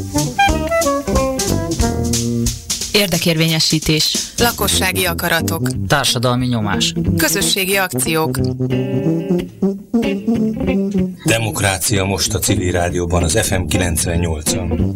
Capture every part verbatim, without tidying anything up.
Érdekérvényesítés. Lakossági akaratok. Társadalmi nyomás. Közösségi akciók. Demokrácia most a Civil Rádióban, az ef em kilencvennyolcon.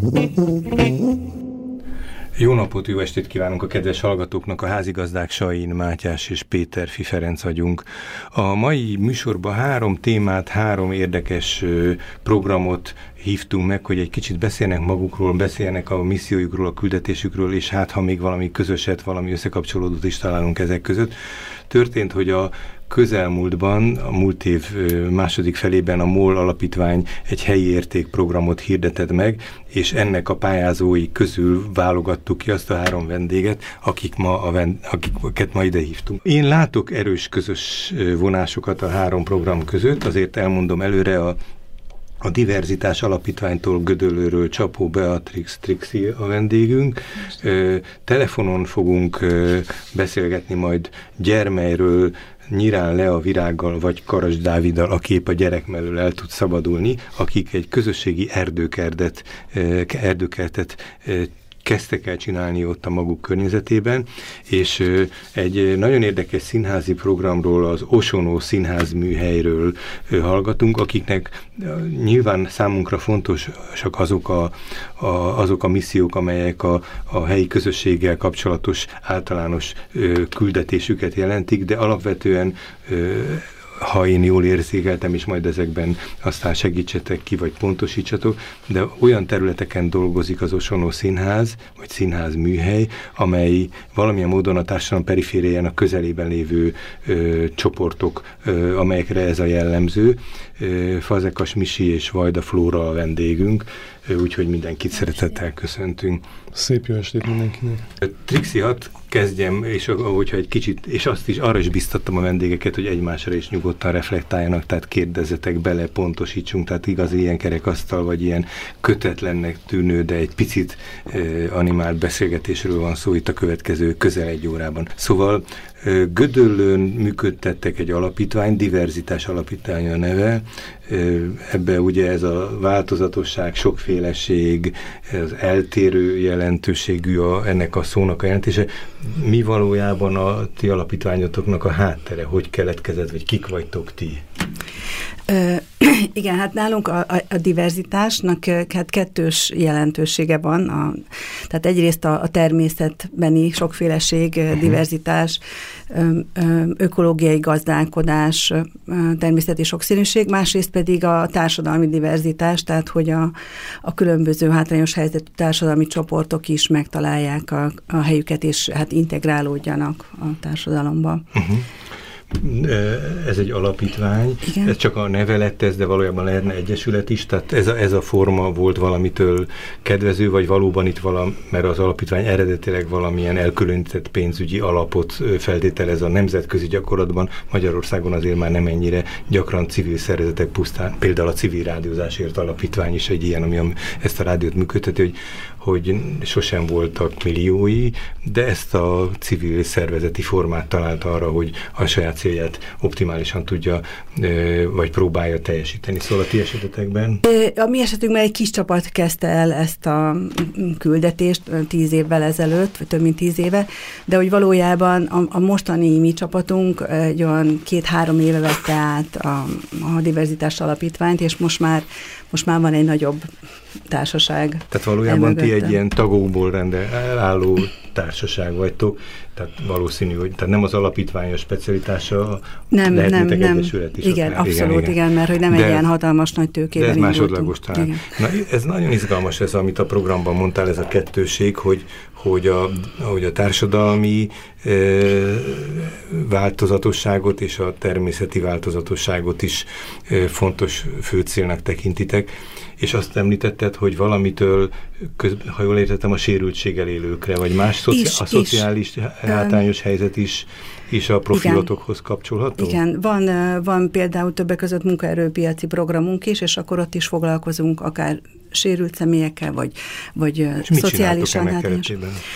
Jó napot, jó estét kívánunk a kedves hallgatóknak, a házigazdák Sain, Mátyás és Péterfi Ferenc vagyunk. A mai műsorban három témát, három érdekes programot hívtunk meg, hogy egy kicsit beszélnek magukról, beszélnek a missziójukról, a küldetésükről, és hát ha még valami közöset, valami összekapcsolódót is találunk ezek között. Történt, hogy a közelmúltban, a múlt év második felében a MOL alapítvány egy helyi értékprogramot hirdetett meg, és ennek a pályázói közül válogattuk ki azt a három vendéget, akik ma a vend- akiket ma ide hívtunk. Én látok erős közös vonásokat a három program között, azért elmondom előre, a A Diverzitás Alapítványtól, Gödöllőről Csapó Beatrix Trixi a vendégünk. Telefonon fogunk beszélgetni majd Gyermelyről, Nyirán Lea Virággal vagy Karas Dáviddal, aki épp a gyerek mellől el tud szabadulni, akik egy közösségi erdőkertet, erdőkertet kezdtek el csinálni ott a maguk környezetében, és egy nagyon érdekes színházi programról, az Osonó Színház műhelyről hallgatunk, akiknek nyilván számunkra fontosak azok a, a, azok a missziók, amelyek a, a helyi közösséggel kapcsolatos általános küldetésüket jelentik, de alapvetően ha én jól érzékeltem, és majd ezekben aztán segítsetek ki, vagy pontosítsatok, de olyan területeken dolgozik az Osonó Színház, vagy Színház műhely, amely valamilyen módon a társadalom perifériájának közelében lévő ö, csoportok, ö, amelyekre ez a jellemző. Ö, Fazekas Misi és Vajda Flóra a vendégünk, ö, úgyhogy mindenkit szeretettel köszöntünk. Szép jó estét mindenkinek. Trixi, hadd kezdjem, és ahogyha egy kicsit, és azt is, arra is biztattam a vendégeket, hogy egymásra is nyugodtan reflektáljanak, tehát kérdezzetek bele, pontosítsunk, tehát igaz ilyen kerekasztal, vagy ilyen kötetlennek tűnő, de egy picit eh, animált beszélgetésről van szó itt a következő közel egy órában. Szóval eh, Gödöllőn működtettek egy alapítvány, Diverzitás Alapítvány a neve, eh, ebbe ugye ez a változatosság, sokféleség, az eltérő jelentőségű a, ennek a szónak a jelentése. Mi valójában a ti alapítványotoknak a háttere? Hogy keletkezett, vagy kik vagytok ti? Ö, igen, hát nálunk a, a, a diverzitásnak hát kettős jelentősége van. A, tehát egyrészt a, a természetbeni sokféleség, uh-huh. diverzitás, ö, ö, ökológiai gazdálkodás, ö, természeti sokszínűség, másrészt pedig a társadalmi diverzitás, tehát hogy a, a különböző hátrányos helyzetű társadalmi csoportok is megtalálják a, a helyüket, és hát integrálódjanak a társadalomba. Uh-huh. Ez egy alapítvány, igen. Ez csak a neve lett ez, de valójában lehetne egyesület is, tehát ez a, ez a forma volt valamitől kedvező, vagy valóban itt valami, mert az alapítvány eredetileg valamilyen elkülönített pénzügyi alapot feltételez a nemzetközi gyakorlatban, Magyarországon azért már nem ennyire gyakran civil szervezetek pusztán, például a Civil Rádiózásért Alapítvány is egy ilyen, ami ezt a rádiót működteti, hogy, hogy sosem voltak milliói, de ezt a civil szervezeti formát találta arra, hogy a saját célját optimálisan tudja, vagy próbálja teljesíteni. Szóval a ti esetetekben? A mi esetünkben egy kis csapat kezdte el ezt a küldetést tíz évvel ezelőtt, vagy több mint tíz éve, de hogy valójában a, a mostani mi csapatunk egy olyan két-három éve vette át a, a Diverzitás Alapítványt, és most már, most már van egy nagyobb társaság. Tehát valójában ti egy ilyen tagokból rendel álló társaság vagytok, tehát valószínű, hogy tehát nem az alapítvány a specialitása, nem, nem, nem. Egyesület is. Igen, akár. abszolút, igen, igen. igen, mert hogy nem de, egy ilyen hatalmas nagy tőkében de ez másodlagos talán. Na, ez nagyon izgalmas ez, amit a programban mondtál, ez a kettőség, hogy, hogy, a, hogy a társadalmi e, változatosságot és a természeti változatosságot is e, fontos főcélnak tekintitek, és azt említetted, hogy valamitől, köz, ha jól értettem, a sérültséggel élőkre, vagy más szoci- is, a szociális is. hátrányos helyzet is, is a profilotokhoz igen. kapcsolható? Igen, van, van például többek között munkaerőpiaci programunk is, és akkor ott is foglalkozunk akár sérült személyekkel, vagy, vagy szociálisan hátrányos.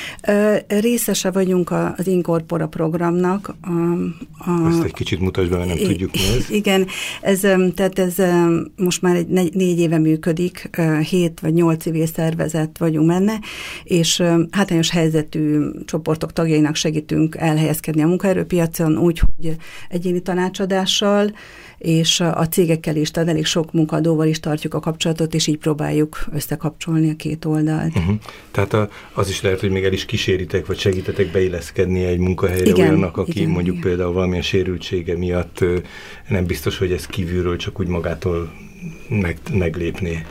Részese vagyunk az Incorpora programnak. A, a, Ezt egy kicsit mutasd be, mert nem tudjuk mi ez. Igen, ez, tehát ez most már egy négy, négy éve működik, hét vagy nyolc civil szervezet vagyunk benne, és hátrányos helyzetű csoportok tagjainak segítünk elhelyezkedni a munkaerőpiacon úgy, hogy egyéni tanácsadással, és a cégekkel is, tehát elég sok munkadóval is tartjuk a kapcsolatot, és így próbáljuk összekapcsolni a két oldalt. Uh-huh. Tehát a, az is lehet, hogy még el is kíséritek, vagy segítetek beilleszkedni egy munkahelyre igen, olyannak, aki igen, mondjuk igen. például valamilyen sérültsége miatt nem biztos, hogy ez kívülről csak úgy magától meg, meglépné.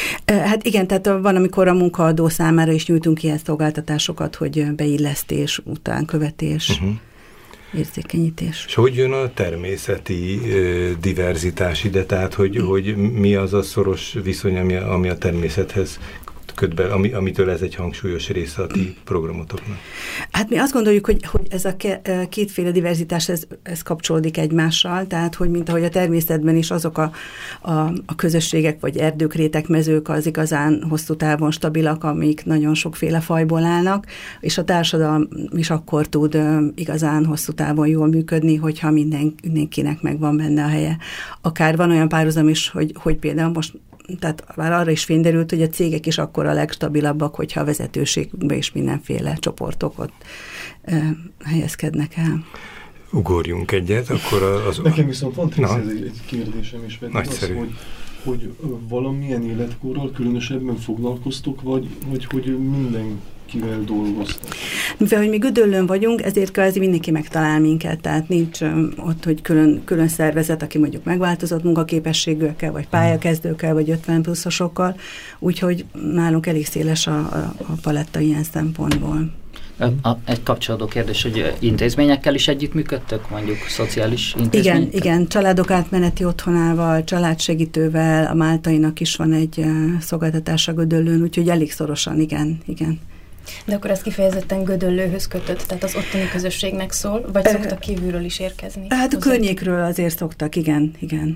Hát igen, tehát van, amikor a munkaadó számára is nyújtunk ilyen szolgáltatásokat, hogy beillesztés, utánkövetés. Uh-huh. érzékenyítés. És hogy jön a természeti ö, diverzitás ide? Tehát, hogy, mm. hogy mi az a szoros viszony, ami, ami a természethez köt be, ami, amitől ez egy hangsúlyos része a ti programotoknak? Hát mi azt gondoljuk, hogy, hogy ez a kétféle diverzitás, ez, ez kapcsolódik egymással, tehát, hogy mint ahogy a természetben is azok a, a, a közösségek, vagy erdők, rétek, mezők az igazán hosszú távon stabilak, amik nagyon sokféle fajból állnak, és a társadalom is akkor tud igazán hosszú távon jól működni, hogyha minden, mindenkinek megvan benne a helye. Akár van olyan párhuzam is, hogy, hogy például most tehát már arra is fényderült, hogy a cégek is akkor a legstabilabbak, hogyha a vezetőségünkben is mindenféle csoportok ott ö, helyezkednek el. Ugorjunk egyet, akkor az... Nekem viszont van ez egy, egy kérdésem is, Nagyszerű. Az, hogy, hogy valamilyen életkorral különösebben foglalkoztok, vagy, vagy hogy mindenkivel dolgoztok? Mivel, hogy mi Gödöllőn vagyunk, ezért kvázi mindenki megtalál minket, tehát nincs ott, hogy külön, külön szervezet, aki mondjuk megváltozott munkaképességűekkel, vagy pályakezdőkkel, vagy ötven pluszosokkal, úgyhogy nálunk elég széles a, a, a paletta ilyen szempontból. A, egy kapcsolódó kérdés, hogy intézményekkel is együttműködtök, mondjuk szociális intézményekkel? Igen, igen, családok átmeneti otthonával, családsegítővel, a Máltainak is van egy szolgáltatása Gödöllőn, úgyhogy elég szorosan, igen, igen. De akkor ez kifejezetten Gödöllőhöz kötött, tehát az ottani közösségnek szól, vagy szoktak kívülről is érkezni? Hát a környékről azért szoktak, igen, igen.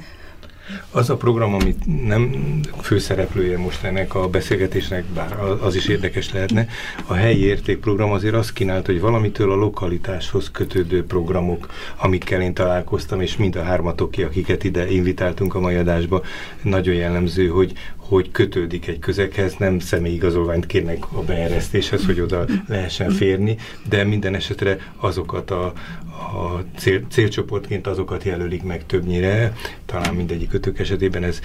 Az a program, amit nem főszereplője most ennek a beszélgetésnek, bár az is érdekes lehetne, a helyi értékprogram azért azt kínált, hogy valamitől a lokalitáshoz kötődő programok, amikkel én találkoztam, és mind a hármatoké, akiket ide invitáltunk a mai adásba, nagyon jellemző, hogy hogy kötődik egy közeghez, nem személyigazolványt kérnek a beeresztéshez, hogy oda lehessen férni, de minden esetre azokat a, a cél, célcsoportként azokat jelölik meg többnyire, talán mindegyik kötők esetében ez,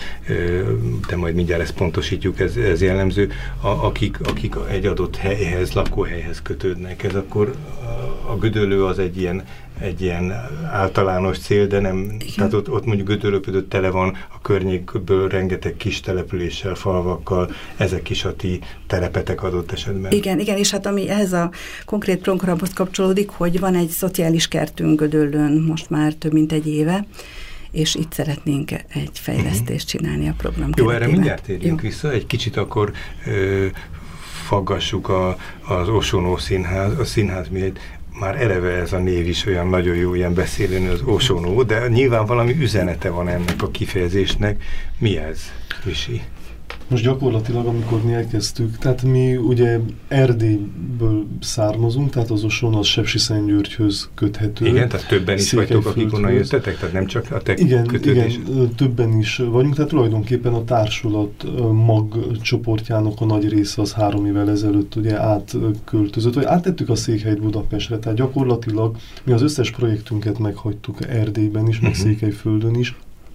de majd mindjárt ezt pontosítjuk, ez, ez jellemző, a, akik, akik egy adott helyhez, lakóhelyhez kötődnek. Ez akkor a Gödöllő az egy ilyen egy ilyen általános cél, de nem, igen. Tehát ott, ott mondjuk Gödöllő tele van a környékből rengeteg kis településsel, falvakkal, ezek is a ti telepetek adott esetben. Igen, igen, és hát ami ehhez a konkrét programhoz kapcsolódik, hogy van egy szociális kertünk Gödöllőn most már több mint egy éve, és itt szeretnénk egy fejlesztést csinálni a program Jó, keretében. Erre mindjárt térjünk Jó. vissza, egy kicsit akkor ö, faggassuk a, az Osonó színház, a színház miért. Már eleve ez a név is olyan nagyon jó ilyen beszélni, az Osonó, de nyilván valami üzenete van ennek a kifejezésnek. Mi ez, Visi? Most gyakorlatilag, amikor mi elkezdtük, tehát mi ugye Erdélyből származunk, tehát az Oson az Sepsiszentgyörgyhöz köthető. Igen, tehát többen is vagytok, akik onnan jöttetek, tehát nem csak a te igen, kötődés. Igen, többen is vagyunk, tehát tulajdonképpen a társulat mag csoportjának a nagy része az három évvel ezelőtt ugye átköltözött, vagy áttettük a székhelyt Budapestre, tehát gyakorlatilag mi az összes projektünket meghagytuk Erdélyben is, meg uh-huh. Székelyföldön is,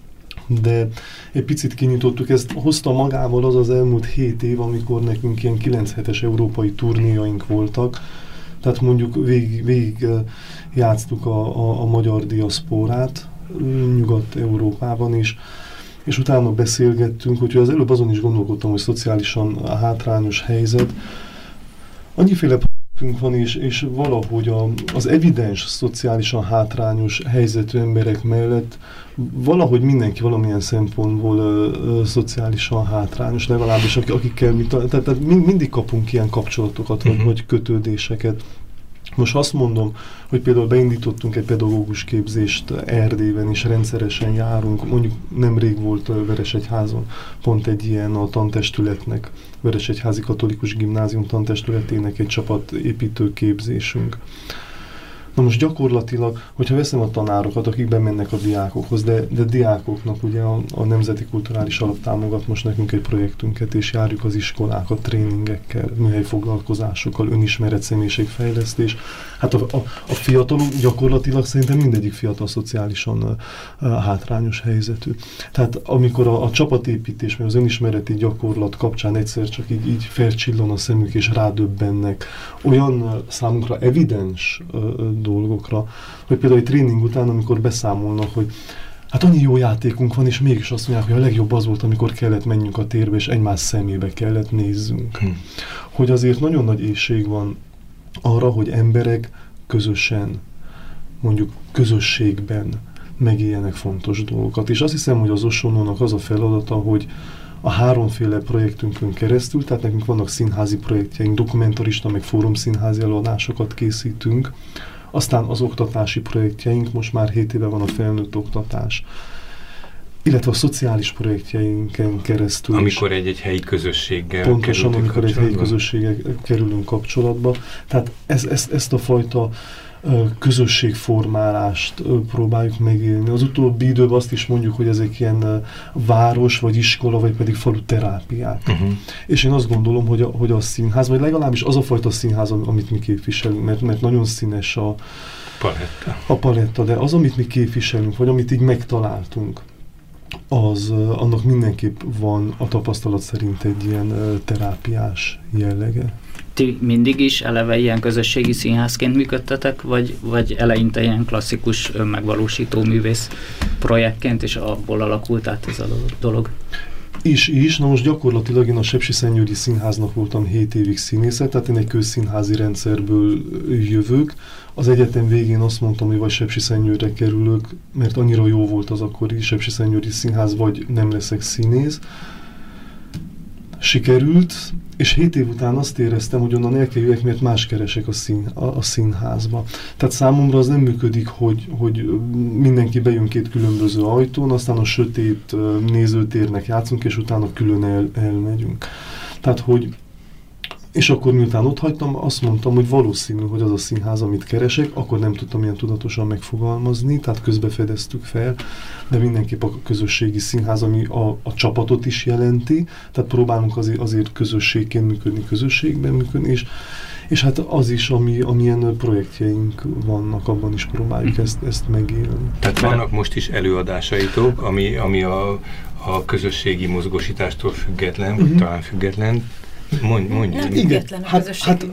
de egy picit kinyitottuk, ezt hozta magával az az elmúlt hét év, amikor nekünk ilyen kilenc hetes európai turnéjaink voltak, tehát mondjuk végig, végig játsztuk a, a, a magyar diaszpórát Nyugat-Európában is, és utána beszélgettünk, hogy az előbb azon is gondolkodtam, hogy szociálisan hátrányos helyzet, annyiféle van, és, és valahogy a, az evidens szociálisan hátrányos helyzetű emberek mellett valahogy mindenki valamilyen szempontból ö, ö, szociálisan hátrányos, legalábbis akikkel mi, tehát, tehát mind, mindig kapunk ilyen kapcsolatokat, uh-huh. vagy kötődéseket. Most azt mondom, hogy például beindítottunk egy pedagógus képzést Erdélyben, és rendszeresen járunk, mondjuk nemrég volt Veresegyházon pont egy ilyen a tantestületnek, Veresegyházi Katolikus Gimnázium tantestületének egy csapatépítő képzésünk. Na most gyakorlatilag, hogyha veszem a tanárokat, akik bemennek a diákokhoz, de, de diákoknak ugye a, a Nemzeti Kulturális Alap támogat most nekünk egy projektünket, és járjuk az iskolákat tréningekkel, műhelyfoglalkozásokkal, önismeret, személyiségfejlesztés. Hát a, a, a fiatalok gyakorlatilag szerintem mindegyik fiatal szociálisan uh, hátrányos helyzetű. Tehát amikor a, a csapatépítés, vagy az önismereti gyakorlat kapcsán egyszer csak így, így felcsillan a szemük, és rádöbbennek olyan uh, számunkra evidens uh, dolgokra, hogy például egy tréning után, amikor beszámolnak, hogy hát annyi jó játékunk van, és mégis azt mondják, hogy a legjobb az volt, amikor kellett menjünk a térbe, és egymás szemébe kellett nézzünk. Hm. Hogy azért nagyon nagy éhség van arra, hogy emberek közösen, mondjuk közösségben megéljenek fontos dolgokat. És azt hiszem, hogy az Osonónak az a feladata, hogy a háromféle projektünkön keresztül, tehát nekünk vannak színházi projektjeink, dokumentarista, meg fórumszínházi előadásokat készítünk, aztán az oktatási projektjeink, most már hét éve van a felnőtt oktatás, illetve a szociális projektjeinken keresztül. Amikor egy-egy helyi közösséggel Pontosan, amikor egy helyi közösséggel kerülünk kapcsolatba. Tehát ez, ez, ezt a fajta közösségformálást próbáljuk megélni. Az utóbbi időben azt is mondjuk, hogy ezek ilyen város, vagy iskola, vagy pedig falu terápiák. Uh-huh. És én azt gondolom, hogy a, hogy a színház, vagy legalábbis az a fajta színház, amit mi képviselünk, mert, mert nagyon színes a paletta. a paletta, de az, amit mi képviselünk, vagy amit így megtaláltunk, az annak mindenképp van a tapasztalat szerint egy ilyen terápiás jellege. Ti mindig is eleve ilyen közösségi színházként működtetek, vagy, vagy eleinte ilyen klasszikus önmegvalósító művész projektként, és abból alakult át ez a dolog? Is, is. Na most gyakorlatilag én a Sepsiszentgyörgyi Színháznak voltam hét évig színésze, tehát én egy közszínházi rendszerből jövök. Az egyetem végén azt mondtam, hogy vagy Sepsiszentgyörgyre kerülök, mert annyira jó volt az akkori Sepsiszentgyörgyi Színház, vagy nem leszek színész. Sikerült, és hét év után azt éreztem, hogy onnan el kell jöjjek, mert más keresek a, szín, a, a színházba. Tehát számomra az nem működik, hogy, hogy mindenki bejön két különböző ajtón, aztán a sötét nézőtérnek játszunk, és utána külön el, elmegyünk. Tehát, hogy és akkor miután ott hagytam, azt mondtam, hogy valószínű, hogy az a színház, amit keresek, akkor nem tudtam ilyen tudatosan megfogalmazni, tehát közbe fedeztük fel, de mindenképp a közösségi színház, ami a, a csapatot is jelenti, tehát próbálunk azért, azért közösségként működni, közösségben működni, és, és hát az is, ami, amilyen projektjeink vannak, abban is próbáljuk ezt, ezt megélni. Tehát vannak most is előadásaitok, ami, ami a, a közösségi mozgósítástól független, uh-huh. talán független. Mondj, mondj. Nem igen. független a hát, hát,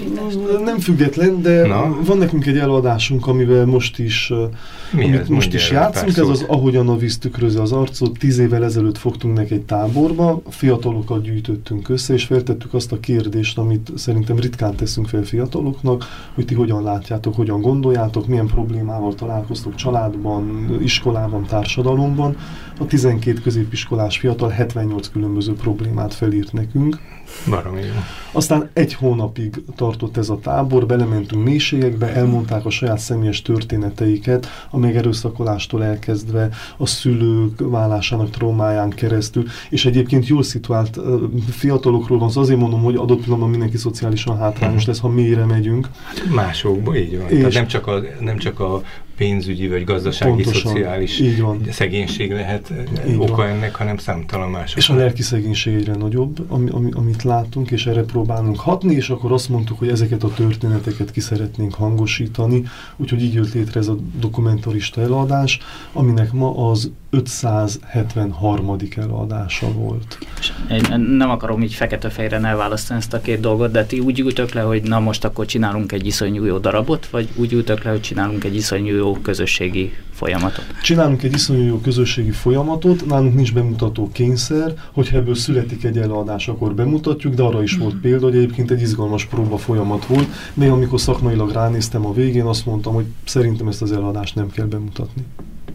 nem független, de Na. van nekünk egy előadásunk, amivel most is, amit most is játszunk, ez az Ahogyan a víz tükrözi az arcot. Tíz évvel ezelőtt fogtunk neki egy táborba, fiatalokat gyűjtöttünk össze, és feltettük azt a kérdést, amit szerintem ritkán teszünk fel fiataloknak, hogy ti hogyan látjátok, hogyan gondoljátok, milyen problémával találkoztok családban, iskolában, társadalomban. A tizenkét középiskolás fiatal hetvennyolc különböző problémát felírt nekünk. Baromi jó. Aztán egy hónapig tartott ez a tábor, belementünk mélységekbe, elmondták a saját személyes történeteiket, a megerőszakolástól elkezdve a szülők válásának traumáján keresztül, és egyébként jól szituált uh, fiatalokról van, szóval azért mondom, hogy adott pillanatban mindenki szociálisan hátrányos lesz, ha mélyre megyünk. Másokban, így van. Tehát nem csak a, nem csak a pénzügyi vagy gazdasági, pontosan, szociális szegénység lehet így oka van. Ennek, hanem számtalan mások. És a lelki szegénység egyre nagyobb, ami, ami, amit látunk, és erre próbálunk hatni, és akkor azt mondtuk, hogy ezeket a történeteket ki szeretnénk hangosítani, úgyhogy így jött létre ez a dokumentarista előadás, aminek ma az ötszázhetvenharmadik előadása volt. Én nem akarom így fekete-fejren elválasztani ezt a két dolgot, de ti úgy ültök le, hogy na most akkor csinálunk egy iszonyú jó darabot, vagy úgy ültök le, hogy csinálunk egy iszonyú jó közösségi folyamatot? Csinálunk egy iszonyú jó közösségi folyamatot, nálunk nincs bemutató kényszer, hogyha ebből születik egy előadás, akkor bemutatjuk, de arra is volt példa, hogy egyébként egy izgalmas próba folyamat volt. Még amikor szakmailag ránéztem a végén, azt mondtam, hogy szerintem ezt az előadást nem kell bemutatni.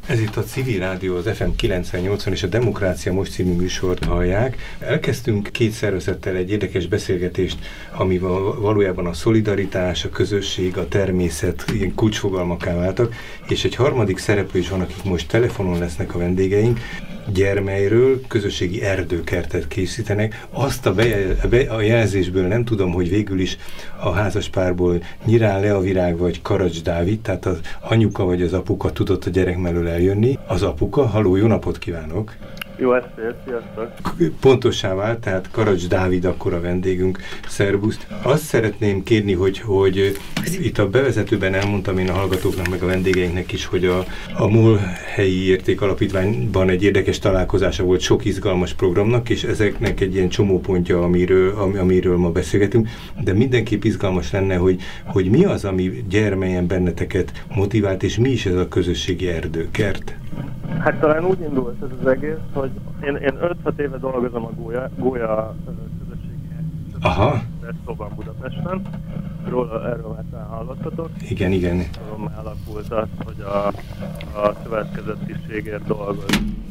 Ez itt a Civil Rádió, az ef em kilencvennyolcon és a Demokrácia Most című műsort hallják. Elkezdtünk két szervezettel egy érdekes beszélgetést, ami valójában a szolidaritás, a közösség, a természet ilyen kulcsfogalmakká váltak, és egy harmadik szereplő is van, akik most telefonon lesznek a vendégeink. Gyermelyről közösségi erdőkertet készítenek. Azt a, beje, be, a jelzésből nem tudom, hogy végül is a házaspárból Nyirán Lea Virág vagy Karacs Dávid, tehát az anyuka vagy az apuka tudott a gyerek mellől eljönni. Az apuka, halló, jó napot kívánok! Jó estét, sziasztok! Pontossá vált, tehát Karacs Dávid akkor a vendégünk, szervusz. Azt szeretném kérni, hogy, hogy itt a bevezetőben elmondtam én a hallgatóknak, meg a vendégeinknek is, hogy a, a MOL helyi értékalapítványban egy érdekes találkozása volt sok izgalmas programnak, és ezeknek egy ilyen csomópontja, amiről, am, amiről ma beszélgetünk, de mindenképp izgalmas lenne, hogy, hogy mi az, ami Gyermelyen benneteket motivált, és mi is ez a közösségi erdőkert? Hát talán úgy indult ez az egész, hogy én, én öt-hat éve dolgozom a Gólya, Gólya közösségi szóban Budapesten. Róla, erről már talán hallottatok. Igen, igen. Már alakult az, hogy a, a szövetkezettiségért dolgoz.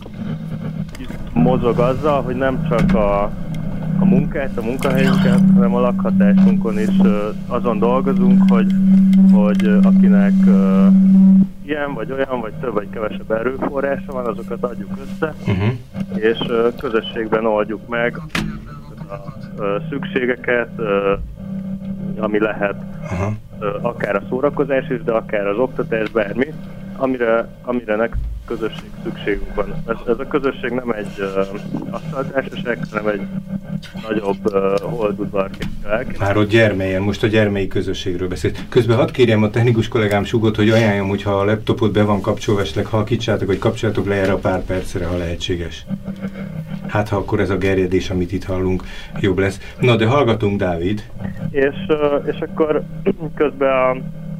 Itt mozog azzal, hogy nem csak a, a munkát, a munkahelyünket, hanem a lakhatásunkon is azon dolgozunk, hogy, hogy akinek ilyen, vagy olyan, vagy több, vagy kevesebb erőforrása van, azokat adjuk össze, uh-huh. és uh, közösségben oldjuk meg a uh, szükségeket, uh, ami lehet uh-huh. uh, akár a szórakozás is, de akár az oktatás, bármi, amire, amire nekünk közösség szükségünk van. Ez, ez a közösség nem egy uh, asztaltársaság, hanem egy nagyobb uh, holdudvarként. Már ott Gyermelyen, most a gyermelyi közösségről beszélt. Közben hadd kérjem, a technikus kollégám sugott, hogy ajánljam, hogyha a laptopot be van kapcsolva, esetleg halkítsátok, vagy kapcsoljátok le erre a pár percre, ha lehetséges. Hát, ha akkor ez a gerjedés, amit itt hallunk, jobb lesz. Na, de hallgatunk, Dávid. És, uh, és akkor közben a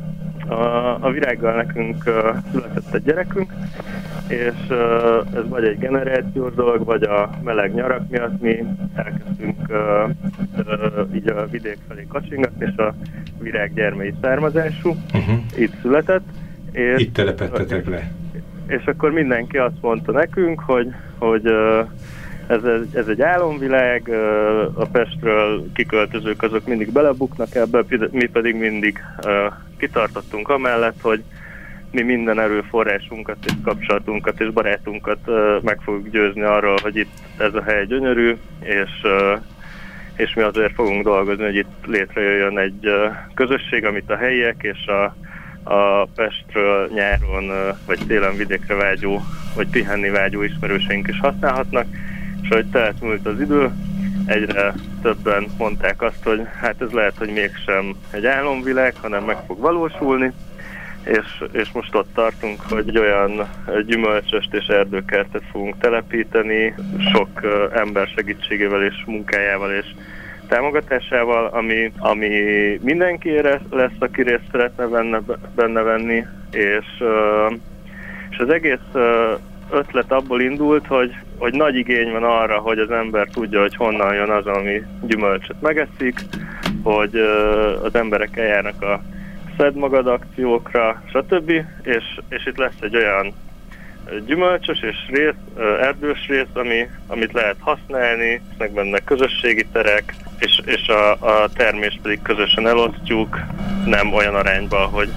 A, a Virággal nekünk uh, született egy gyerekünk, és uh, ez vagy egy generációs dolog, vagy a meleg nyarak miatt mi elkezdtünk uh, uh, így a vidék felé kacsingatni, és a Virág gyermei származású, uh-huh. itt született. És, itt telepettetek le. És akkor mindenki azt mondta nekünk, hogy, hogy uh, ez, egy, ez egy álomvilág, uh, a Pestről kiköltözők azok mindig belebuknak ebbe, mi pedig mindig uh, kitartottunk amellett, hogy mi minden erőforrásunkat és kapcsolatunkat és barátunkat uh, meg fogjuk győzni arról, hogy itt ez a hely gyönyörű, és, uh, és mi azért fogunk dolgozni, hogy itt létrejöjjön egy uh, közösség, amit a helyiek és a, a Pestről nyáron uh, vagy télen vidékre vágyó, vagy pihenni vágyó ismerőseink is használhatnak, és hogy telt múlt az idő, egyre többen mondták azt, hogy hát ez lehet, hogy mégsem egy álomvilág, hanem meg fog valósulni, és, és most ott tartunk, hogy egy olyan gyümölcsöst és erdőkertet fogunk telepíteni, sok uh, ember segítségével és munkájával és támogatásával, ami, ami mindenkire lesz, aki részt szeretne benne, benne venni, és, uh, és az egész uh, ötlet abból indult, hogy, hogy nagy igény van arra, hogy az ember tudja, hogy honnan jön az, ami gyümölcsöt megeszik, hogy uh, az emberek eljárnak a szed magad akciókra, stb. És, és itt lesz egy olyan gyümölcsös és rész, uh, erdős rész, ami, amit lehet használni, meg benne közösségi terek, és, és a, a termést pedig közösen elosztjuk, nem olyan arányban, hogy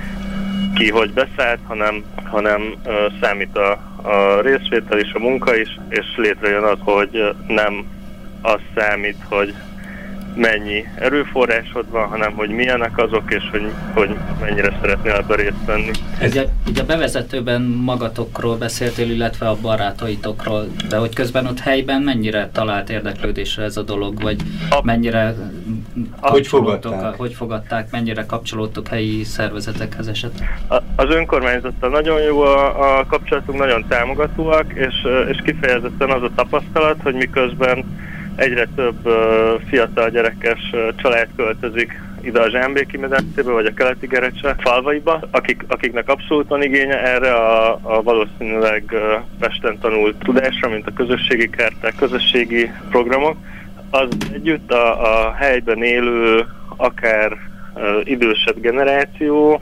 ki hogy beszállt, hanem, hanem uh, számít a, a részvétel és a munka is, és létrejön az, hogy nem az számít, hogy mennyi erőforrásod van, hanem hogy milyenek azok, és hogy, hogy mennyire szeretnél ebben részt venni. Ugye, ugye a bevezetőben magatokról beszéltél, illetve a barátaitokról, de hogy közben ott helyben mennyire talált érdeklődésre ez a dolog, vagy a, mennyire hogy fogadták? hogy fogadták, mennyire kapcsolódtok helyi szervezetekhez esetleg? Az önkormányzattal nagyon jó a, a kapcsolatunk, nagyon támogatóak, és, és kifejezetten az a tapasztalat, hogy miközben egyre több uh, fiatal gyerekes uh, család költözik ide a Zsámbéki medencébe, vagy a Keleti Gerecse falvaiba, akik, akiknek abszolút van igénye erre a, a valószínűleg uh, Pesten tanult tudásra, mint a közösségi kertek, közösségi programok. Az együtt a, a helyben élő, akár uh, idősebb generáció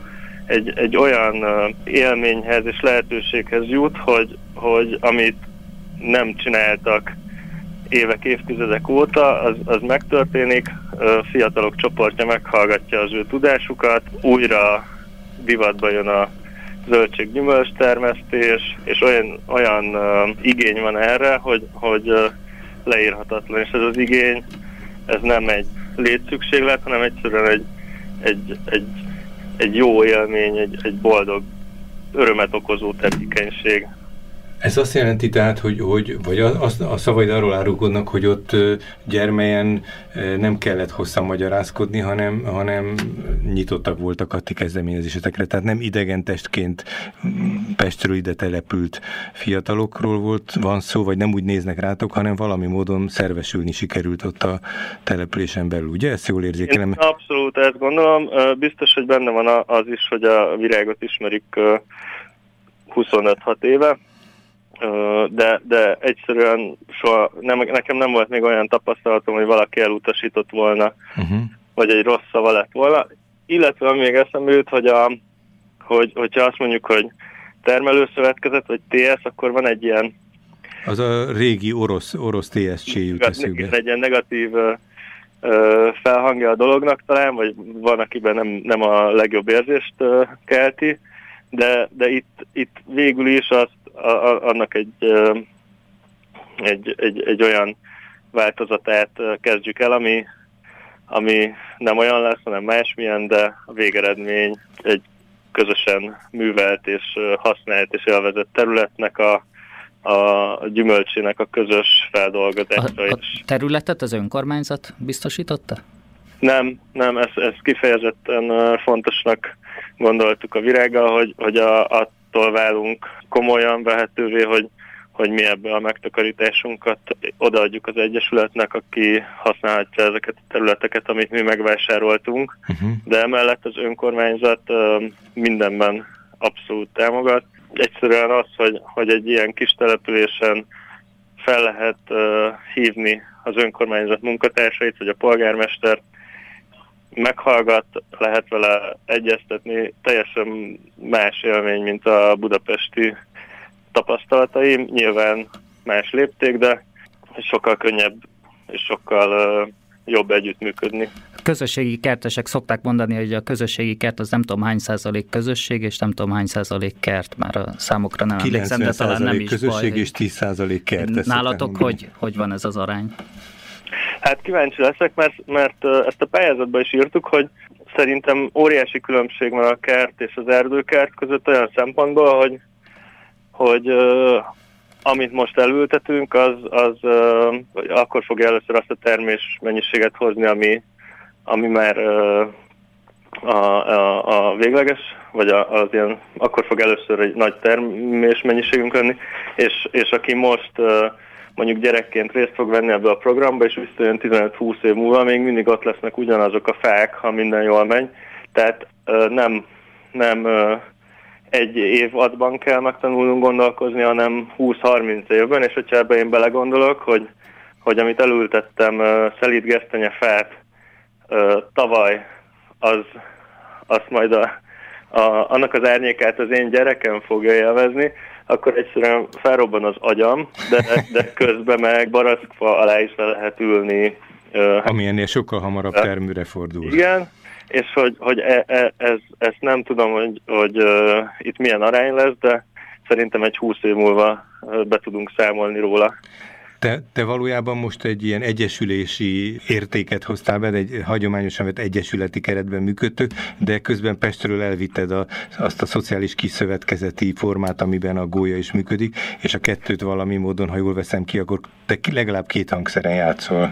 egy, egy olyan élményhez és lehetőséghez jut, hogy, hogy amit nem csináltak évek, évtizedek óta, az, az megtörténik, fiatalok csoportja meghallgatja az ő tudásukat, újra divatba jön a zöldség-gyümölcs termesztés, és olyan, olyan uh, igény van erre, hogy, hogy uh, leírhatatlan, és ez az igény, ez nem egy létszükséglet, hanem egyszerűen egy, egy, egy, egy jó élmény, egy, egy boldog, örömet okozó tevékenység. Ez azt jelenti tehát, hogy, hogy vagy a, a, a szavaid arról árulkodnak, hogy ott Gyermelyen nem kellett hosszan magyarázkodni, hanem, hanem nyitottak voltak a ti kezdeményezésekre, tehát nem idegen testként Pestről ide települt fiatalokról volt, van szó, vagy nem úgy néznek rátok, hanem valami módon szervesülni sikerült ott a településen belül, ugye? Ezt jól érzékelem? Én abszolút ezt gondolom. Biztos, hogy benne van az is, hogy a Virágot ismerik huszonöt-hat éve, De, de egyszerűen soha, nem, nekem nem volt még olyan tapasztalatom, hogy valaki elutasított volna, uh-huh. vagy egy rossz szava lett volna. Illetve még eszembe jut, hogy, a, hogy hogyha azt mondjuk, hogy termelőszövetkezet, vagy té es, akkor van egy ilyen... Az a régi orosz, orosz té es cé jut eszükbe. Egy ilyen negatív ö, ö, felhangja a dolognak talán, vagy van, akiben nem, nem a legjobb érzést ö, kelti, de, de itt, itt végül is azt A, a, annak egy, egy, egy, egy olyan változatát kezdjük el, ami, ami nem olyan lesz, hanem másmilyen, de a végeredmény egy közösen művelt és használt és élvezett területnek a, a gyümölcsének a közös feldolgozása. A, a területet az önkormányzat biztosította? Nem, nem, ezt, ezt kifejezetten fontosnak gondoltuk a Virággal, hogy, hogy a, a attól válunk komolyan vehetővé, hogy, hogy mi ebből a megtakarításunkat odaadjuk az Egyesületnek, aki használhatja ezeket a területeket, amit mi megvásároltunk, uh-huh. de emellett az önkormányzat uh, mindenben abszolút támogat. Egyszerűen az, hogy, hogy egy ilyen kis településen fel lehet uh, hívni az önkormányzat munkatársait, vagy a polgármester, meghallgat, lehet vele egyeztetni, teljesen más élmény, mint a budapesti tapasztalataim. Nyilván más lépték, de sokkal könnyebb és sokkal uh, jobb együttműködni. A közösségi kertesek szokták mondani, hogy a közösségi kert az nem tudom hány százalék közösség, és nem tudom hány százalék kert, már a számokra nem emlékszem, de talán nem is közösség baj. És tíz százalék kert. Nálatok hogy, hogy van ez az arány? Hát kíváncsi leszek, mert, mert ezt a pályázatban is írtuk, hogy szerintem óriási különbség van a kert és az erdőkert között olyan szempontból, hogy, hogy uh, amit most elültetünk, az, az uh, akkor fogja először azt a termés mennyiséget hozni, ami, ami már uh, a, a, a végleges, vagy a, az ilyen, akkor fog először egy nagy termés mennyiségünk lenni, és, és aki most uh, mondjuk gyerekként részt fog venni ebbe a programba, és visszajön tizenöt-húsz év múlva, még mindig ott lesznek ugyanazok a fák, ha minden jól megy. Tehát uh, nem, nem uh, egy évadban kell megtanulnunk gondolkozni, hanem húsz-harminc évben, és hogyha ebbe én belegondolok, hogy, hogy amit elültettem uh, szelíd gesztenyefát uh, tavaly, az, azt majd a, a, annak az árnyékát az én gyerekem fogja élvezni, akkor egyszerűen felrobban az agyam, de, de közben meg barackfa alá is le lehet ülni. Ami ennél sokkal hamarabb termőre fordul. Igen, és hogy, hogy e, e, ez, ezt nem tudom, hogy, hogy uh, itt milyen arány lesz, de szerintem egy húsz év múlva uh, be tudunk számolni róla. Te, te valójában most egy ilyen egyesülési értéket hoztál be, egy hagyományosan vett egyesületi keretben működtök, de közben Pestről elvitted a, azt a szociális kiszövetkezeti formát, amiben a gólya is működik, és a kettőt valami módon, ha jól veszem ki, akkor te legalább két hangszeren játszol.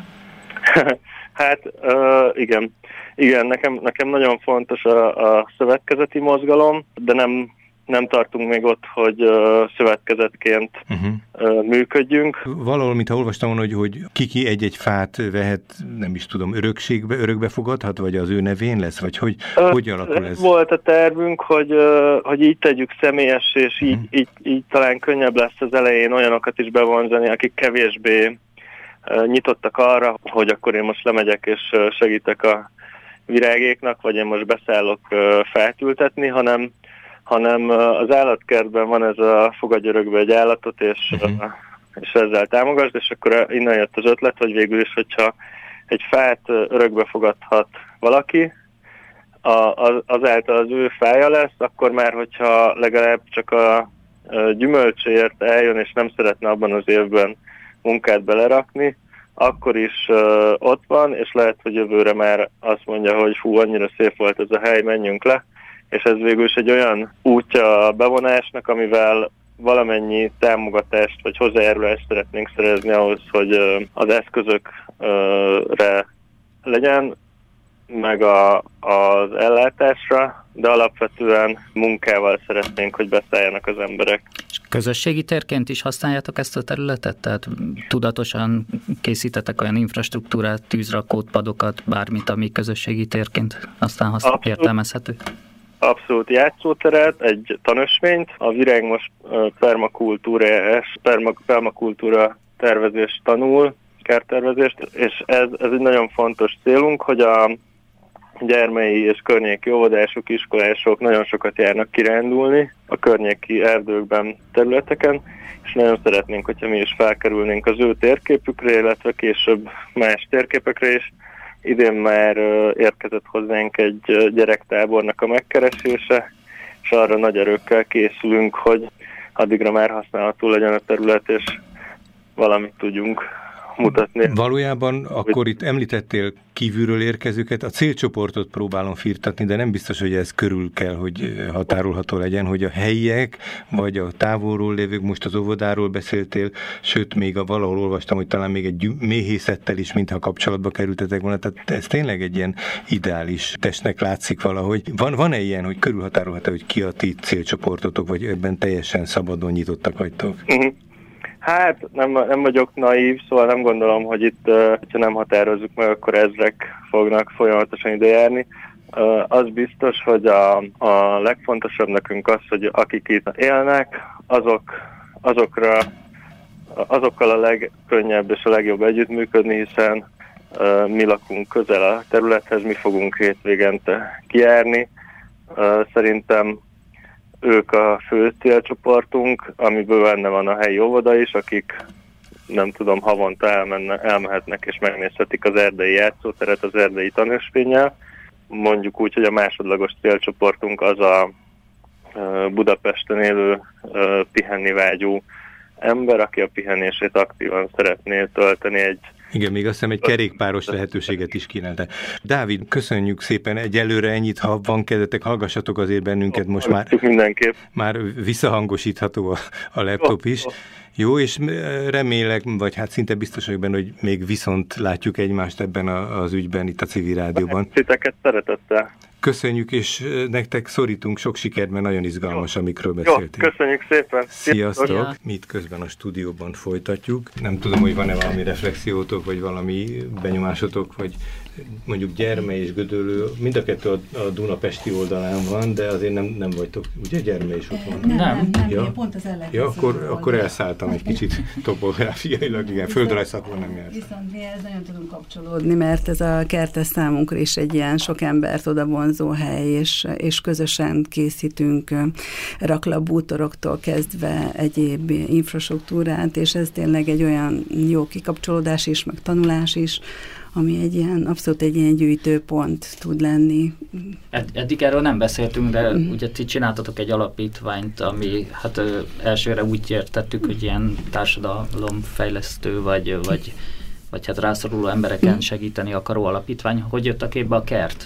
Hát uh, igen, igen nekem, nekem nagyon fontos a, a szövetkezeti mozgalom, de nem nem tartunk még ott, hogy uh, szövetkezetként uh-huh. uh, működjünk. Valahol, mintha olvastam volna, hogy, hogy kiki egy-egy fát vehet, nem is tudom, örökségbe, örökbe fogadhat, vagy az ő nevén lesz, vagy hogy, uh, hogy alakul ez? Volt a tervünk, hogy, uh, hogy így tegyük személyes, és uh-huh. így, így, így talán könnyebb lesz az elején olyanokat is bevonzani, akik kevésbé uh, nyitottak arra, hogy akkor én most lemegyek és uh, segítek a virágéknak, vagy én most beszállok feltültetni, hanem, hanem az állatkertben van ez a fogadj örökbe egy állatot, és, uh-huh. és ezzel támogasd, és akkor innen jött az ötlet, hogy végül is, hogyha egy fát örökbe fogadhat valaki, a, azáltal az ő fája lesz, akkor már, hogyha legalább csak a gyümölcsért eljön, és nem szeretne abban az évben munkát belerakni, akkor is uh, ott van, és lehet, hogy jövőre már azt mondja, hogy fú, annyira szép volt ez a hely, menjünk le, és ez végül is egy olyan útja a bevonásnak, amivel valamennyi támogatást vagy hozzájárulást szeretnénk szerezni ahhoz, hogy uh, az eszközökre legyen, meg a, az ellátásra, de alapvetően munkával szeretnénk, hogy beszálljanak az emberek. És közösségi térként is használjátok ezt a területet? Tehát tudatosan készítetek olyan infrastruktúrát, tűzrakót, padokat, bármit, ami közösségi térként aztán használ, értelmezhető? Abszolút játszóteret, egy tanösvényt. A virág most permakultúra, permakultúra tervezést tanul, kerttervezést, és ez, ez egy nagyon fontos célunk, hogy a gyermei és környéki óvodások, iskolások nagyon sokat járnak kirándulni a környéki erdőkben, területeken, és nagyon szeretnénk, hogyha mi is felkerülnénk az ő térképükre, illetve később más térképekre is. Idén már érkezett hozzánk egy gyerektábornak a megkeresése, és arra nagy erőkkel készülünk, hogy addigra már használható legyen a terület, és valamit tudjunk mutatni. Valójában akkor itt említettél kívülről érkezőket, a célcsoportot próbálom firtatni, de nem biztos, hogy ez körül kell, hogy határolható legyen, hogy a helyiek, vagy a távolról lévők, most az óvodáról beszéltél, sőt, még a valahol olvastam, hogy talán még egy méhészettel is, mintha kapcsolatba kerültetek volna, tehát ez tényleg egy ilyen ideális testnek látszik valahogy. Van, van-e ilyen, hogy körülhatárolható, hogy ki a ti célcsoportotok, vagy ebben teljesen szabadon nyitottak vagytok? Uh-huh. Hát nem, nem vagyok naív, szóval nem gondolom, hogy itt, ha nem határozzuk meg, akkor ezrek fognak folyamatosan idejárni. Az biztos, hogy a, a legfontosabb nekünk az, hogy akik itt élnek, azok, azokra, azokkal a legkönnyebb és a legjobb együttműködni, hiszen mi lakunk közel a területhez, mi fogunk hétvégente kijárni. Szerintem ők a fő célcsoportunk, amiből benne van a helyi óvoda is, akik nem tudom, havonta elmenne, elmehetnek és megnézhetik az erdei játszóteret az erdei tanösvénnyel. Mondjuk úgy, hogy a másodlagos célcsoportunk az a Budapesten élő pihenni vágyó ember, aki a pihenését aktívan szeretné tölteni egy. Igen, még azt hiszem egy kerékpáros lehetőséget is kínálta. Dávid, köszönjük szépen, egyelőre ennyit, ha van kedvetek, hallgassatok azért bennünket, most már, már visszahangosítható a, a laptop is. Jó, és remélek, vagy hát szinte biztos vagyok benne, hogy még viszont látjuk egymást ebben a, az ügyben, itt a Civil Rádióban. Titeket szeretettel. Köszönjük, és nektek szorítunk sok sikert, mert nagyon izgalmas, Jó. amikről beszéltünk. Jó, köszönjük szépen. Sziasztok! Ja. Mi itt közben a stúdióban folytatjuk. Nem tudom, hogy van-e valami reflexiótok, vagy valami benyomásotok, vagy mondjuk Gyermely és Gödöllő, mind a kettő a, a Dunapesti oldalán van, de azért nem, nem vagytok, ugye Gyermely is ott van? Nem, nem, nem, ja. pont az ellenkező. Ja, akkor, akkor elszálltam egy kicsit topográfiailag, igen, földrajzszakon nem jártam. Viszont mi ez nagyon tudunk kapcsolódni, mert ez a kertes számunkra is egy ilyen sok embert oda vonzó hely, és, és közösen készítünk raklapbútoroktól kezdve egyéb infrastruktúrát, és ez tényleg egy olyan jó kikapcsolódás is, meg tanulás is, ami egy ilyen, abszolút egy ilyen gyűjtőpont tud lenni. Ed- eddig erről nem beszéltünk, de mm. ugye ti csináltatok egy alapítványt, ami hát ö, elsőre úgy értettük, hogy ilyen társadalomfejlesztő, vagy, vagy, vagy hát rászoruló embereken mm. segíteni akaró alapítvány. Hogy jött a képbe a kert?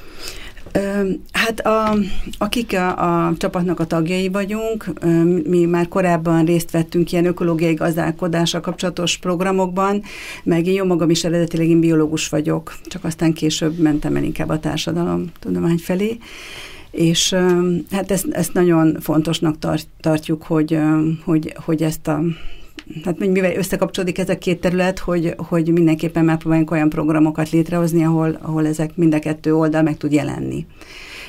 Hát a, akik a, a csapatnak a tagjai vagyunk, mi már korábban részt vettünk ilyen ökológiai gazdálkodással kapcsolatos programokban, meg én jó magam is eredetileg én biológus vagyok, csak aztán később mentem el inkább a társadalomtudomány felé, és hát ezt, ezt nagyon fontosnak tart, tartjuk, hogy, hogy, hogy ezt a hát mivel összekapcsolódik ez a két terület, hogy, hogy mindenképpen megpróbáljunk olyan programokat létrehozni, ahol, ahol ezek mind a kettő oldal meg tud jelenni.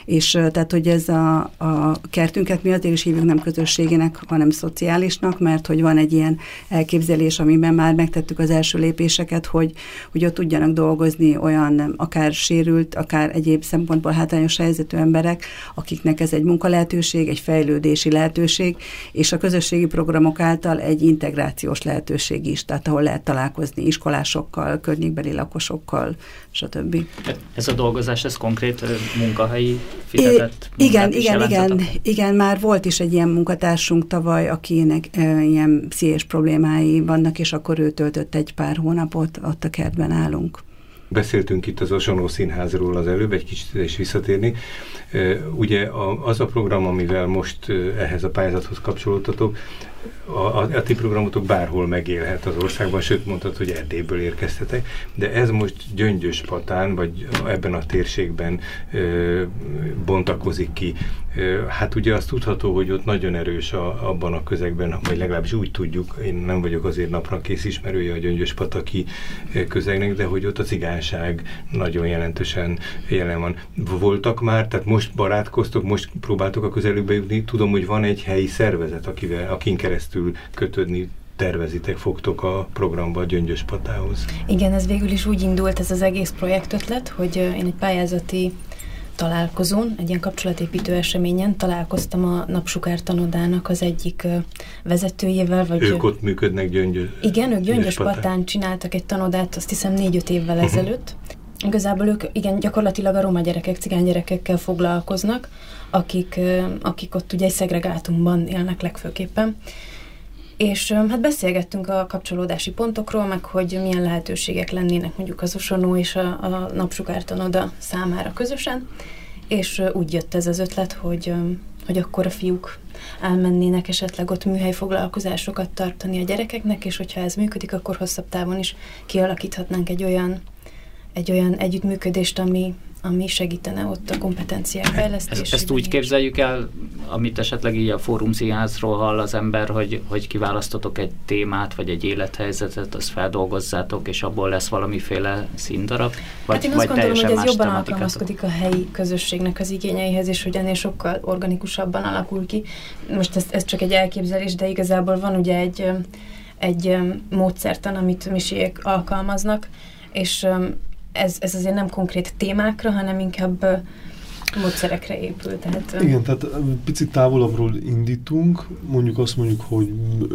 És tehát, hogy ez a, a kertünket mi azért is hívjuk nem közösségének, hanem szociálisnak, mert hogy van egy ilyen elképzelés, amiben már megtettük az első lépéseket, hogy, hogy ott tudjanak dolgozni olyan akár sérült, akár egyéb szempontból hátrányos helyzetű emberek, akiknek ez egy munkalehetőség, egy fejlődési lehetőség, és a közösségi programok által egy integrációs lehetőség is, tehát ahol lehet találkozni iskolásokkal, környékbeli lakosokkal, stb. Ez a dolgozás, ez konkrét munkahelyi fizetett é, Igen, igen, igen, igen, már volt is egy ilyen munkatársunk tavaly, akinek e, ilyen pszichés problémái vannak, és akkor ő töltött egy pár hónapot, ott a kertben állunk. Beszéltünk itt az Osonó Színházról az előbb, egy kicsit is visszatérni. Ugye az a program, amivel most ehhez a pályázathoz kapcsolódtatok, a, a, a ti programotok bárhol megélhet az országban, sőt mondtad, hogy Erdélyből érkeztetek, de ez most Gyöngyöspatán, vagy ebben a térségben ö, bontakozik ki. Ö, hát ugye azt tudható, hogy ott nagyon erős a, abban a közegben, vagy legalábbis úgy tudjuk, én nem vagyok azért naprankész ismerője a Gyöngyöspataki közegnek, de hogy ott a cigányság nagyon jelentősen jelen van. Voltak már, tehát most barátkoztok, most próbáltok a közelükbe jutni, tudom, hogy van egy helyi szervezet, akivel, akin keresztül kötődni tervezitek, fogtok a programba a Gyöngyöspatához. Igen, ez végül is úgy indult ez az egész projektötlet, hogy én egy pályázati találkozón, egy ilyen kapcsolatépítő eseményen találkoztam a Napsugár tanodának az egyik vezetőjével. Vagy ők ott működnek Gyöngyös? Igen, ők Gyöngyöspatán csináltak egy tanodát, azt hiszem négy-öt évvel uh-huh. ezelőtt. Igazából ők igen, gyakorlatilag a roma gyerekek, cigány gyerekekkel foglalkoznak, akik, akik ott ugye egy szegregátumban élnek legfőképpen. És hát beszélgettünk a kapcsolódási pontokról, meg hogy milyen lehetőségek lennének mondjuk az Osonó és a, a Napsugár tanoda számára közösen, és úgy jött ez az ötlet, hogy, hogy akkor a fiúk elmennének esetleg ott műhelyfoglalkozásokat tartani a gyerekeknek, és hogyha ez működik, akkor hosszabb távon is kialakíthatnánk egy olyan, egy olyan együttműködést, ami, ami segítene ott a kompetenciák fejlesztésében. Ezt, ezt úgy képzeljük el, amit esetleg így a Fórum Színházról hall az ember, hogy, hogy kiválasztotok egy témát, vagy egy élethelyzetet, azt feldolgozzátok, és abból lesz valamiféle színdarab? Vagy, hát én azt gondolom, hogy ez jobban alkalmazkodik a helyi közösségnek az igényeihez, és hogy ennél sokkal organikusabban alakul ki. Most ez, ez csak egy elképzelés, de igazából van ugye egy, egy módszertan, amit misiek alkalmaznak, és Ez, ez azért nem konkrét témákra, hanem inkább módszerekre épül. Tehát, igen, tehát picit távolabbról indítunk, mondjuk azt mondjuk, hogy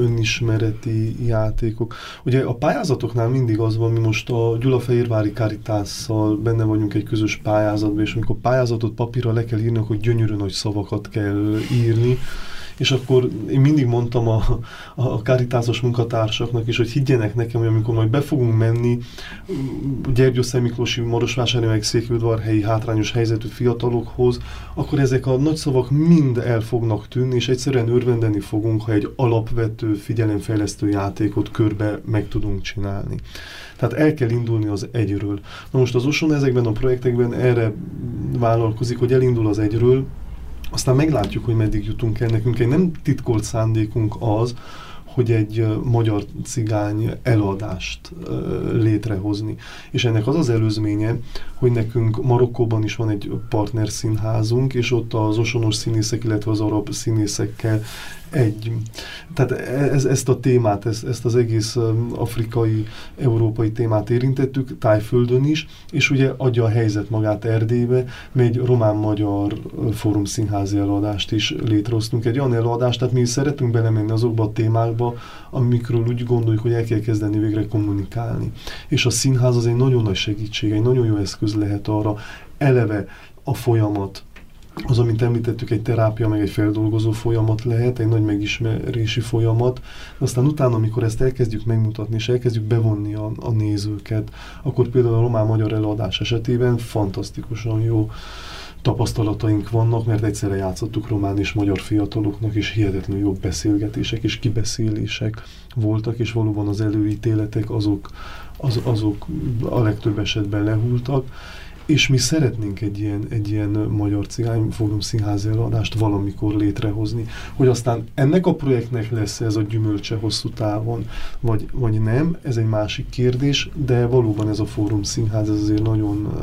önismereti játékok. Ugye a pályázatoknál mindig az van, mi most a Gyulafehérvári Caritásszal benne vagyunk egy közös pályázatban, és amikor pályázatot papírra le kell írni, akkor gyönyörű nagy szavakat kell írni, és akkor én mindig mondtam a, a karitásos munkatársaknak is, hogy higgyenek nekem, hogy amikor majd be fogunk menni Gyergyószent Miklósi, Marosvásári, meg Székelyudvarhelyi hátrányos helyzetű fiatalokhoz, akkor ezek a nagy szavak mind el fognak tűnni, és egyszerűen örvendeni fogunk, ha egy alapvető figyelemfejlesztő játékot körbe meg tudunk csinálni. Tehát el kell indulni az egyről. Na most az Oson ezekben a projektekben erre vállalkozik, hogy elindul az egyről, aztán meglátjuk, hogy meddig jutunk el. Nekünk egy nem titkolt szándékunk az, hogy egy magyar cigány eladást létrehozni. És ennek az az előzménye, hogy nekünk Marokkóban is van egy partnerszínházunk, és ott az osonos színészek, illetve az arab színészekkel egy. Tehát ez, ezt a témát, ezt, ezt az egész afrikai, európai témát érintettük, Tájföldön is, és ugye adja a helyzet magát Erdélybe, mi egy román-magyar fórum színházi eladást is létrehoztunk. Egy olyan eladást, tehát mi szeretünk belemenni azokba a témákba, amikről úgy gondoljuk, hogy el kell kezdeni végre kommunikálni. És a színház az egy nagyon nagy segítség, egy nagyon jó eszköz lehet arra, eleve a folyamat, az, amit említettük, egy terápia, meg egy feldolgozó folyamat lehet, egy nagy megismerési folyamat, aztán utána, amikor ezt elkezdjük megmutatni, és elkezdjük bevonni a, a nézőket, akkor például a román-magyar előadás esetében fantasztikusan jó tapasztalataink vannak, mert egyszerre játszottuk román és magyar fiataloknak, és hihetetlenül jó beszélgetések és kibeszélések voltak, és valóban az előítéletek azok, az, azok a legtöbb esetben lehultak, és mi szeretnénk egy ilyen, egy ilyen magyar cigány fórum színházi eladást valamikor létrehozni. Hogy aztán ennek a projektnek lesz ez a gyümölcse hosszú távon, vagy, vagy nem, ez egy másik kérdés, de valóban ez a fórum színház ez azért nagyon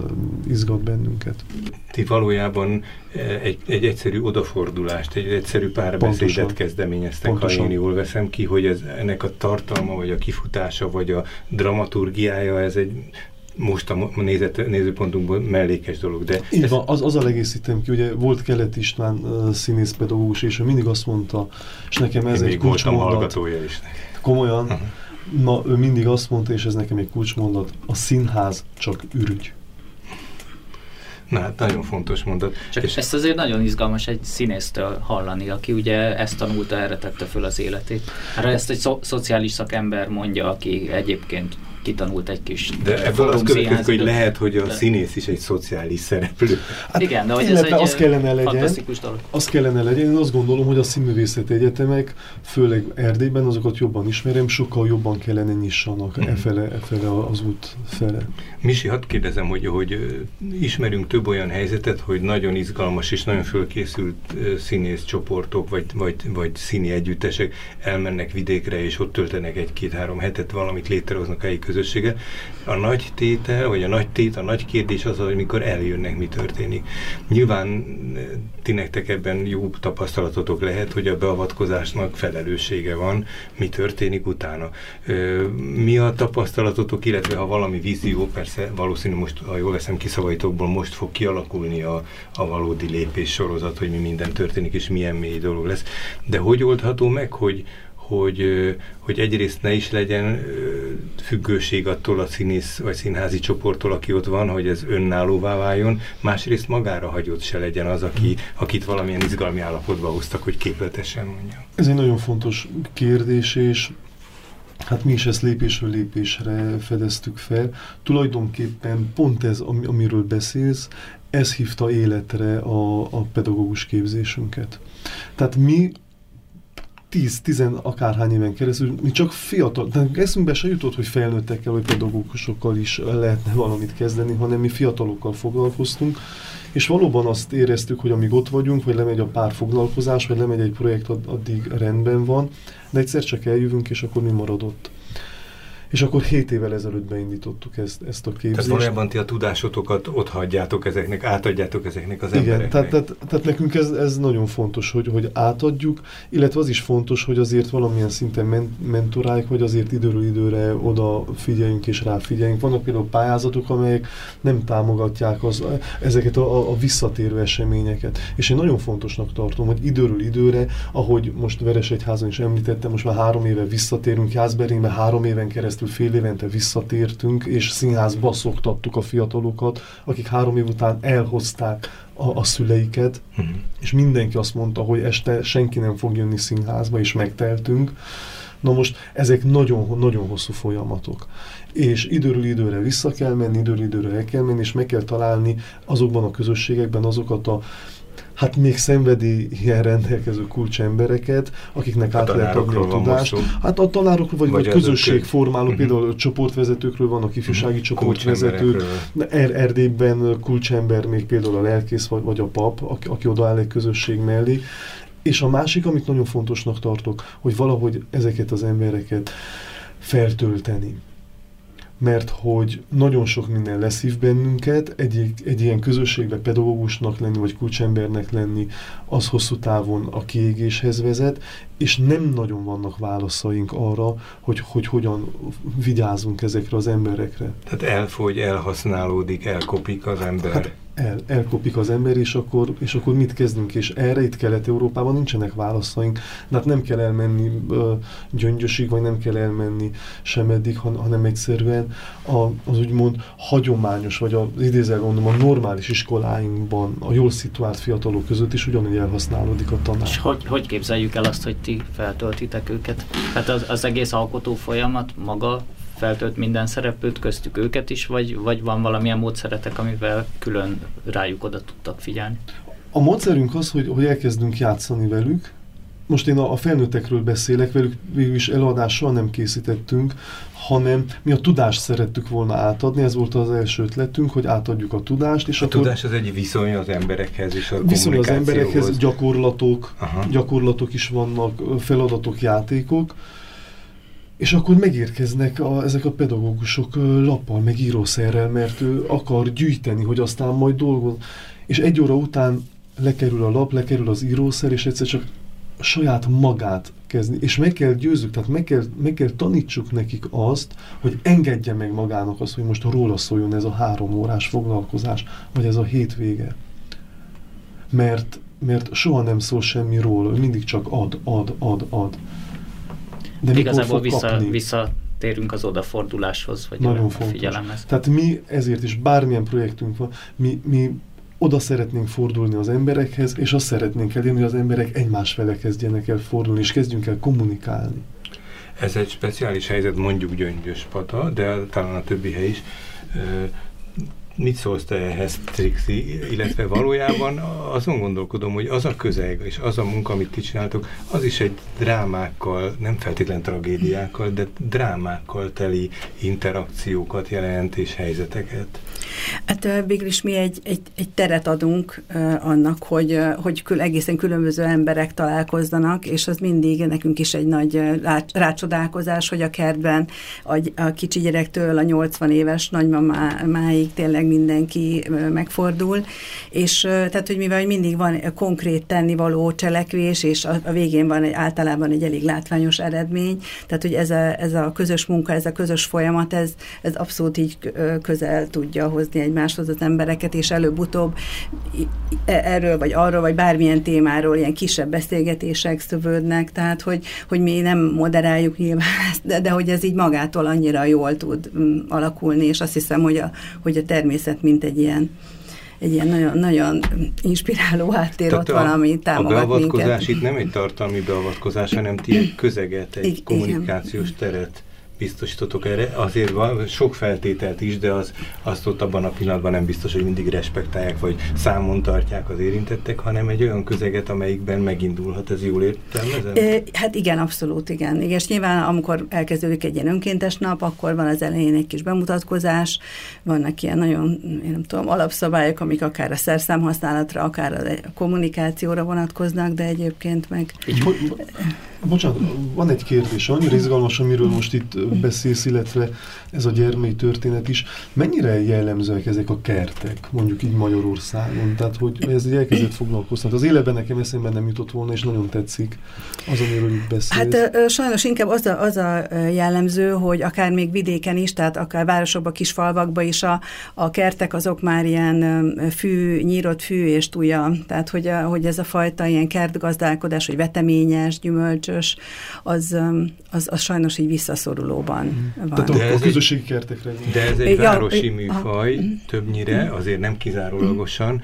izgat bennünket. Ti valójában egy, egy egyszerű odafordulást, egy egyszerű párbeszédet kezdeményeztek, Pontosan. Ha én jól veszem ki, hogy ez, ennek a tartalma, vagy a kifutása, vagy a dramaturgiája, ez egy most a nézet, nézőpontunkból mellékes dolog. De Így ez... van, az, azzal egészítem ki, ugye volt Keleti István uh, színészpedagógus, és ő mindig azt mondta, és nekem ez én egy kulcsmondat. Hallgatója is. Komolyan, uh-huh. na ő mindig azt mondta, és ez nekem egy kulcsmondat, a színház csak ürügy. Na hát nagyon fontos mondat. Csak és ezt azért nagyon izgalmas egy színésztől hallani, aki ugye ezt tanulta, erre tette föl az életét. Hát ezt egy szo- szociális szakember mondja, aki egyébként kitanult egy kis... De ebből az következik, hogy lehet, hogy a de... színész is egy szociális szereplő. Hát igen, de hogy ez egy az kellene legyen, fantasztikus dolog. Az kellene legyen, én azt gondolom, hogy a színművészeti egyetemek, főleg Erdélyben, azokat jobban ismerem, sokkal jobban kellene nyissanak mm. efele, efele az út fele. Misi, hadd kérdezem, hogy, hogy ismerünk több olyan helyzetet, hogy nagyon izgalmas és nagyon fölkészült színész csoportok, vagy, vagy, vagy színi együttesek elmennek vidékre, és ott töltenek egy-két-három hetet, valamit létrehoznak helyi közösséggel. A nagy tétel, vagy a nagy tét, a nagy kérdés az, hogy mikor eljönnek, mi történik. Nyilván ti nektek ebben jó tapasztalatotok lehet, hogy a beavatkozásnak felelőssége van, mi történik utána. Mi a tapasztalatotok, illetve ha valami vízió, persze valószínű most, ha jól veszem ki szavaitokból, most fog kialakulni a, a valódi lépés sorozat, hogy mi minden történik, és milyen mély dolog lesz. De hogy oldható meg, hogy Hogy, hogy egyrészt ne is legyen függőség attól a színész vagy színházi csoporttól, aki ott van, hogy ez önállóvá váljon, másrészt magára hagyott se legyen az, aki, akit valamilyen izgalmi állapotba hoztak, hogy képletesen mondja. Ez egy nagyon fontos kérdés, és hát mi is ezt lépésről lépésre fedeztük fel. Tulajdonképpen pont ez, amiről beszélsz, ez hívta életre a, a pedagógus képzésünket. Tehát mi tíz-tizen akárhány éven keresztül, mi csak fiatal, de eszünkbe se jutott, hogy felnőttekkel, vagy pedagógusokkal is lehetne valamit kezdeni, hanem mi fiatalokkal foglalkoztunk, és valóban azt éreztük, hogy amíg ott vagyunk, vagy lemegy a pár foglalkozás, vagy lemegy egy projekt, addig rendben van, de egyszer csak eljövünk, és akkor mi maradott. És akkor hét évvel ezelőtt beindítottuk ezt, ezt a képzést. Tehát valójában ti a tudásotokat ott hagyjátok ezeknek, átadjátok ezeknek az Igen, embereknek. tehát, tehát, tehát nekünk ez, ez nagyon fontos, hogy, hogy átadjuk, illetve az is fontos, hogy azért valamilyen szinten men, mentoráljuk, hogy azért időről időre oda figyeljünk és ráfigyeljünk. Vannak például pályázatok, amelyek nem támogatják az, ezeket a, a visszatérő eseményeket. És én nagyon fontosnak tartom, hogy időről időre, ahogy most Veresegyházon is említettem, most már három éve visszatérünk, Jászberényben három éven keresztül fél évente visszatértünk, és színházba szoktattuk a fiatalokat, akik három év után elhozták a, a szüleiket, uh-huh. és mindenki azt mondta, hogy este senki nem fog jönni színházba, és megteltünk. Na most ezek nagyon, nagyon hosszú folyamatok. És időről időre vissza kell menni, időről időre el kell menni, és meg kell találni azokban a közösségekben azokat a hát még szenvedéllyel rendelkező kulcsembereket, akiknek a át lehet adni a tudást. Hát a tanárokról, vagy, vagy, vagy közösségformáló, uh-huh. például csoportvezetőkről vannak, ifjúsági uh-huh. csoportvezetők. Er- Erdélyben kulcsember még például a lelkész, vagy, vagy a pap, aki, aki odaáll egy közösség mellé. És a másik, amit nagyon fontosnak tartok, hogy valahogy ezeket az embereket feltölteni. Mert hogy nagyon sok minden leszív bennünket, egy, egy ilyen közösségben pedagógusnak lenni, vagy kulcsembernek lenni, az hosszú távon a kiégéshez vezet, és nem nagyon vannak válaszaink arra, hogy, hogy hogyan vigyázunk ezekre az emberekre. Tehát elfogy, elhasználódik, elkopik az ember. Hát el, elkopik az ember, és akkor, és akkor mit kezdünk? És erre itt Kelet-Európában nincsenek válaszaink. De hát nem kell elmenni uh, Gyöngyösig, vagy nem kell elmenni Semeddig, han, hanem egyszerűen a, az úgymond hagyományos, vagy az idézel mondom, a normális iskoláinkban a jól szituált fiatalok között is ugyanúgy elhasználódik a tanár. És hogy, hogy képzeljük el azt, hogy ti feltöltitek őket? Hát az, az egész alkotó folyamat maga feltölt minden szereplőt, köztük őket is, vagy, vagy van valamilyen módszeretek, amivel külön rájuk oda tudtak figyelni? A módszerünk az, hogy, hogy elkezdünk játszani velük. Most én a, a felnőttekről beszélek, velük végül is előadást soha nem készítettünk, hanem mi a tudást szerettük volna átadni, ez volt az első ötletünk, hogy átadjuk a tudást. És a akkor tudás az egy viszony az emberekhez és a viszony az emberekhez, gyakorlatok, Aha. gyakorlatok is vannak, feladatok, játékok, És akkor megérkeznek a, ezek a pedagógusok lappal, meg írószerrel, mert ő akar gyűjteni, hogy aztán majd dolgoz. És egy óra után lekerül a lap, lekerül az írószer, és egyszer csak a saját magát kezdni. És meg kell győzzük, tehát meg kell, meg kell tanítsuk nekik azt, hogy engedje meg magának azt, hogy most róla szóljon ez a három órás foglalkozás, vagy ez a hétvége. Mert, mert soha nem szól semmi róla, mindig csak ad, ad, ad, ad. De igazából vissza, visszatérünk az odaforduláshoz, vagy nagyon a fontos. figyelemhez. Tehát mi ezért is bármilyen projektünk van, mi, mi oda szeretnénk fordulni az emberekhez, és azt szeretnénk elérni, hogy az emberek egymás fele kezdjenek el fordulni, és kezdjünk el kommunikálni. Ez egy speciális helyzet, mondjuk Gyöngyöspata, de talán a többi hely is. Mit szólsz te ehhez, Trixi? Illetve valójában azon gondolkodom, hogy az a közeg, és az a munka, amit ti csináltok, az is egy drámákkal, nem feltétlen tragédiákkal, de drámákkal teli interakciókat jelent és helyzeteket. Hát végül is mi egy, egy, egy teret adunk uh, annak, hogy, uh, hogy kül, egészen különböző emberek találkozzanak, és az mindig nekünk is egy nagy uh, rá, rácsodálkozás, hogy a kertben a, a kicsi gyerektől a nyolcvan éves nagymamáig tényleg mindenki uh, megfordul, és uh, tehát, hogy mivel mindig van konkrét tennivaló cselekvés, és a, a végén van egy, általában egy elég látványos eredmény, tehát, hogy ez a, ez a közös munka, ez a közös folyamat, ez, ez abszolút így uh, közel tudja hozni egymáshoz az embereket, és előbb-utóbb erről, vagy arról, vagy bármilyen témáról ilyen kisebb beszélgetések szövődnek, tehát, hogy, hogy mi nem moderáljuk nyilván ezt, de, de hogy ez így magától annyira jól tud um, alakulni, és azt hiszem, hogy a, hogy a természet mint egy ilyen egy ilyen nagyon, nagyon inspiráló háttér ott van, ami támogat minket. A beavatkozás itt nem egy tartalmi beavatkozás, hanem ti egy közeget, egy I- kommunikációs igen. teret biztosítotok erre. Azért van sok feltételt is, de az, azt ott abban a pillanatban nem biztos, hogy mindig respektálják, vagy számon tartják az érintettek, hanem egy olyan közeget, amelyikben megindulhat. Ez jól értelmezem? E, hát igen, abszolút igen. igen. És nyilván, amikor elkezdődik egy ilyen önkéntes nap, akkor van az elején egy kis bemutatkozás, vannak ilyen nagyon, én nem tudom, alapszabályok, amik akár a szerszámhasználatra, akár a kommunikációra vonatkoznak, de egyébként meg... Így, bocsánat, van egy kérdés, annyira izgalmas, amiről most itt beszélsz, illetve ez a gyermei történet is. Mennyire jellemzőek ezek a kertek, mondjuk így Magyarországon? Tehát, hogy ez elkezdett foglalkoztatni. Az életben nekem eszemben nem jutott volna, és nagyon tetszik az, amiről itt beszélsz. Hát sajnos inkább az a, az a jellemző, hogy akár még vidéken is, tehát akár városokban, kis falvakban is a, a kertek azok már ilyen fű, nyírott fű és tuja. Tehát, hogy, a, hogy ez a fajta ilyen kertgazdálkodás, hogy veteményes, gyümölcsös, az, az, az sajnos így visszaszorulóban van. Tehát a, a közösségi kertekre. De ez egy városi műfaj, többnyire, azért nem kizárólagosan,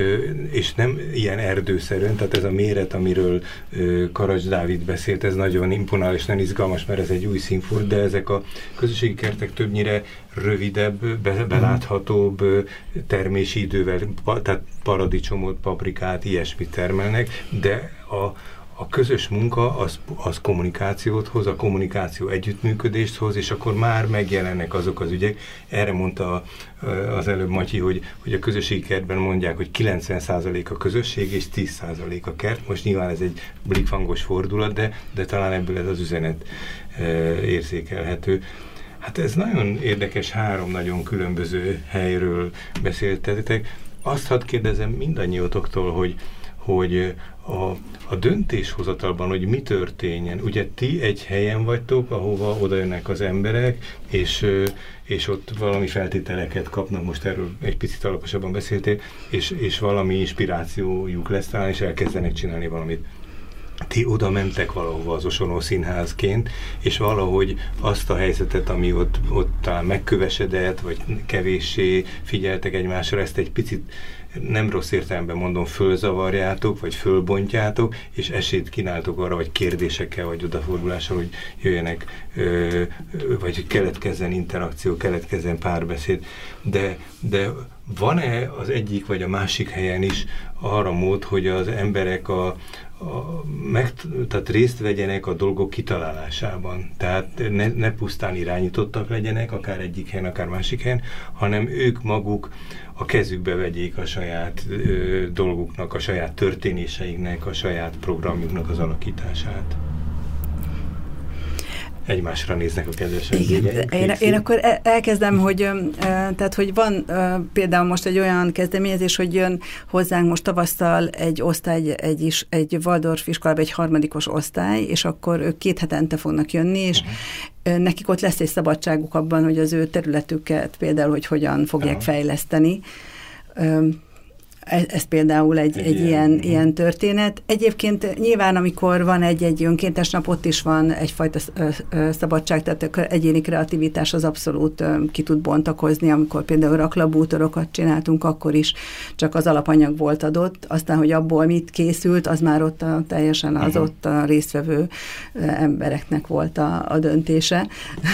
és nem ilyen erdőszerűen, tehát ez a méret, amiről Karacs Dávid beszélt, ez nagyon imponál és nagyon izgalmas, mert ez egy új színfolt, de ezek a közösségi kertek többnyire rövidebb, be, beláthatóbb termési idővel, tehát paradicsomot, paprikát, ilyesmit termelnek, de a A közös munka az, az kommunikációt hoz, a kommunikáció együttműködést hoz, és akkor már megjelennek azok az ügyek. Erre mondta az előbb Matyi, hogy, hogy a közösségi kertben mondják, hogy kilencven százalék a közösség és tíz százalék a kert. Most nyilván ez egy blikfangos fordulat, de, de talán ebből ez az üzenet e, érzékelhető. Hát ez nagyon érdekes, három nagyon különböző helyről beszéltetek. Azt hadd kérdezem mindannyiótoktól, hogy hogy a, a döntéshozatalban, hogy mi történjen. Ugye ti egy helyen vagytok, ahova oda jönnek az emberek, és, és ott valami feltételeket kapnak, most erről egy picit alaposabban beszéltél, és, és valami inspirációjuk lesz talán, és elkezdenek csinálni valamit. Ti oda mentek valahova az Osonó Színházként, és valahogy azt a helyzetet, ami ott, ott talán megkövesedett, vagy kevéssé figyeltek egymásra, ezt egy picit nem rossz értelemben mondom, fölzavarjátok, vagy fölbontjátok, és esélyt kínáltok arra, vagy kérdésekkel, vagy odafordulással, hogy jöjjenek, ö, vagy hogy keletkezzen interakció, keletkezzen párbeszéd. De, de van-e az egyik, vagy a másik helyen is arra mód, hogy az emberek a, a, meg, tehát részt vegyenek a dolgok kitalálásában. Tehát ne, ne pusztán irányítottak legyenek, akár egyik helyen, akár másik helyen, hanem ők maguk a kezükbe vegyék a saját ö, dolguknak, a saját történéseiknek, a saját programjuknak az alakítását. egymásra néznek a kedves Igen, én, én akkor elkezdem, hogy tehát, hogy van például most egy olyan kezdeményezés, hogy jön hozzánk most tavasszal egy osztály, egy, is, egy Waldorf iskolában egy harmadikos osztály, és akkor ők két hetente fognak jönni, és uh-huh. nekik ott lesz egy szabadságuk abban, hogy az ő területüket például, hogy hogyan fogják uh-huh. fejleszteni. Ez például egy, egy, egy ilyen, ilyen történet. Egyébként nyilván, amikor van egy-egy önkéntes nap, ott is van egyfajta szabadság, tehát egyéni kreativitás az abszolút ki tud bontakozni, amikor például raklabútorokat csináltunk, akkor is csak az alapanyag volt adott, aztán, hogy abból mit készült, az már ott a, teljesen az uh-huh. ott a résztvevő embereknek volt a, a döntése.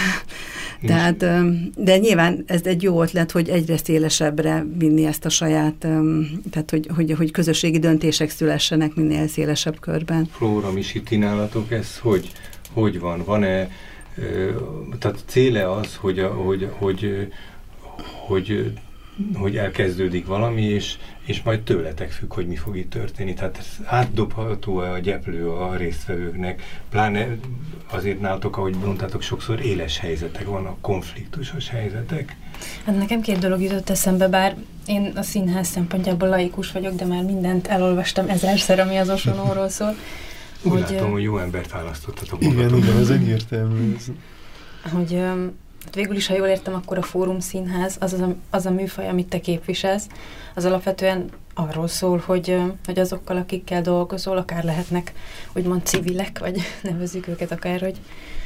Tehát, de nyilván ez egy jó ötlet, hogy egyre szélesebbre vinni ezt a saját, tehát hogy, hogy, hogy közösségi döntések szülessenek minél szélesebb körben. Flóra, Misi, ti nálatok ez hogy, hogy van? Van-e, tehát céle az, hogy, hogy, hogy, hogy, hogy elkezdődik valami, és, és majd tőletek függ, hogy mi fog itt történni. Tehát ez átdobható a gyeplő a résztvevőknek, pláne azért nálatok, ahogy mondtátok, sokszor éles helyzetek vannak, konfliktusos helyzetek. Hát nekem két dolog jutott eszembe, bár én a színház szempontjából laikus vagyok, de már mindent elolvastam ezerszer, ami az Osonóról szól. Úgy hogy, látom, hogy jó embert választottatok. Igen, igen, ez egyértelmű. Hogy végül is, ha jól értem, akkor a Fórum Színház, az, az, a, az a műfaj, amit te képviselsz, az alapvetően arról szól, hogy, hogy azokkal, akikkel dolgozol, akár lehetnek úgymond civilek, vagy nevezzük őket akár, hogy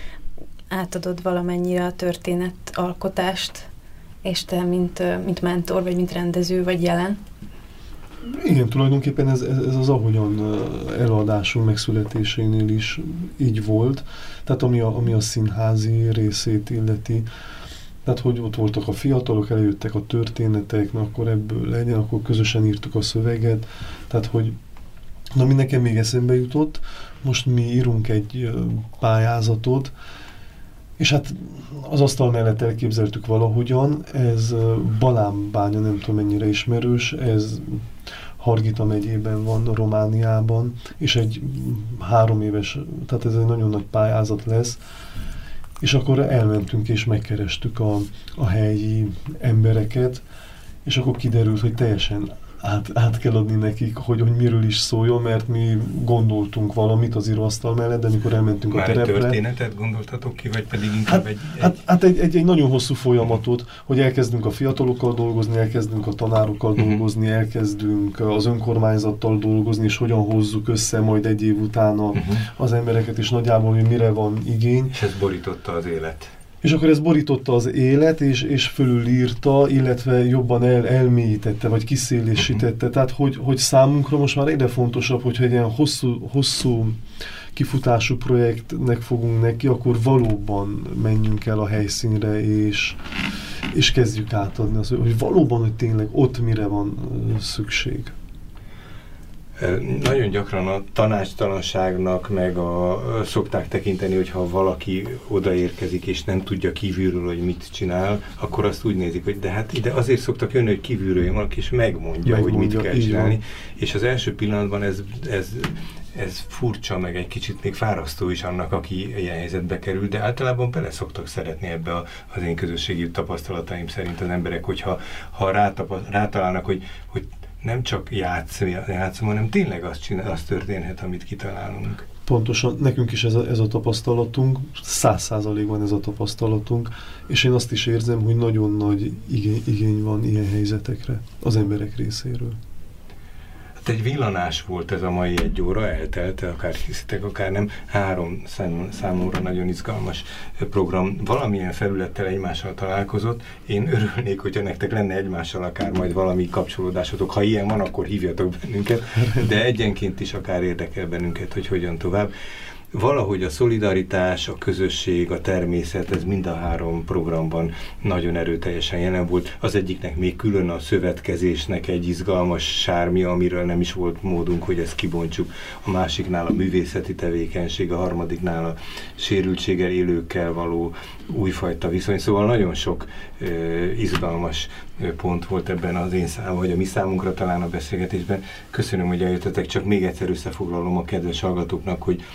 átadod valamennyire a történetalkotást, és te, mint, mint mentor, vagy mint rendező, vagy jelen. Igen, tulajdonképpen ez, ez, ez az ahogyan előadásunk megszületésénél is így volt. Tehát ami a, ami a színházi részét illeti, tehát hogy ott voltak a fiatalok, eljöttek a történetek, na akkor ebből legyen, akkor közösen írtuk a szöveget. Tehát hogy, na mi nekem még eszembe jutott, most mi írunk egy pályázatot, és hát az asztal mellett elképzeltük valahogyan, ez Balánbánya, nem tudom mennyire ismerős, ez Hargita megyében van, Romániában, és egy három éves, tehát ez egy nagyon nagy pályázat lesz, és akkor elmentünk és megkerestük a, a helyi embereket, és akkor kiderült, hogy teljesen át, át kell adni nekik, hogy, hogy miről is szóljon, mert mi gondoltunk valamit az íróasztal mellett, de amikor elmentünk már a terepre... Már egy történetet gondoltatok ki, vagy pedig inkább hát, egy... Hát, egy... hát egy, egy, egy nagyon hosszú folyamatot, hogy elkezdünk a fiatalokkal dolgozni, elkezdünk a tanárokkal uh-huh. dolgozni, elkezdünk az önkormányzattal dolgozni, és hogyan hozzuk össze majd egy év utána uh-huh. az embereket, és nagyjából, hogy mire van igény. És ez borította az élet. És akkor ez borította az élet, és, és fölülírta, illetve jobban el, elmélyítette, vagy kiszélésítette. Uh-huh. Tehát, hogy, hogy számunkra most már egyre fontosabb, hogyha egy ilyen hosszú, hosszú kifutású projektnek fogunk neki, akkor valóban menjünk el a helyszínre, és, és kezdjük átadni az, hogy valóban, hogy tényleg ott mire van szükség. Nagyon gyakran a tanácstalanságnak meg a, szokták tekinteni, hogyha valaki odaérkezik és nem tudja kívülről, hogy mit csinál, akkor azt úgy nézik, hogy de hát ide azért szoktak jönni, hogy kívülről jön valaki, és megmondja, megmondja hogy mit kell csinálni. Van. És az első pillanatban ez, ez, ez furcsa, meg egy kicsit még fárasztó is annak, aki ilyen helyzetbe kerül, de általában bele szoktak szeretni ebbe a, az én közösségi tapasztalataim szerint az emberek, hogyha ha rátapa, rátalálnak, hogy, hogy nem csak játsz, játszom, hanem tényleg azt, csinál, azt történhet, amit kitalálunk. Pontosan, nekünk is ez a, ez a tapasztalatunk, száz százalékban ez a tapasztalatunk, és én azt is érzem, hogy nagyon nagy igény, igény van ilyen helyzetekre az emberek részéről. Hát egy villanás volt ez a mai egy óra, eltelt, akár hiszitek, akár nem. Három szám, számomra nagyon izgalmas program. Valamilyen felülettel egymással találkozott. Én örülnék, hogyha nektek lenne egymással akár majd valami kapcsolódásotok. Ha ilyen van, akkor hívjatok bennünket, de egyenként is akár érdekel bennünket, hogy hogyan tovább. Valahogy a szolidaritás, a közösség, a természet, ez mind a három programban nagyon erőteljesen jelen volt. Az egyiknek még külön a szövetkezésnek egy izgalmas sármia, amiről nem is volt módunk, hogy ezt kibontsuk. A másiknál a művészeti tevékenység, a harmadiknál a sérültséggel élőkkel való újfajta viszony. Szóval nagyon sok uh, izgalmas uh, pont volt ebben az én szám, vagy a mi számunkra talán a beszélgetésben. Köszönöm, hogy eljöttetek, csak még egyszer összefoglalom a kedves hallgatóknak, hogy a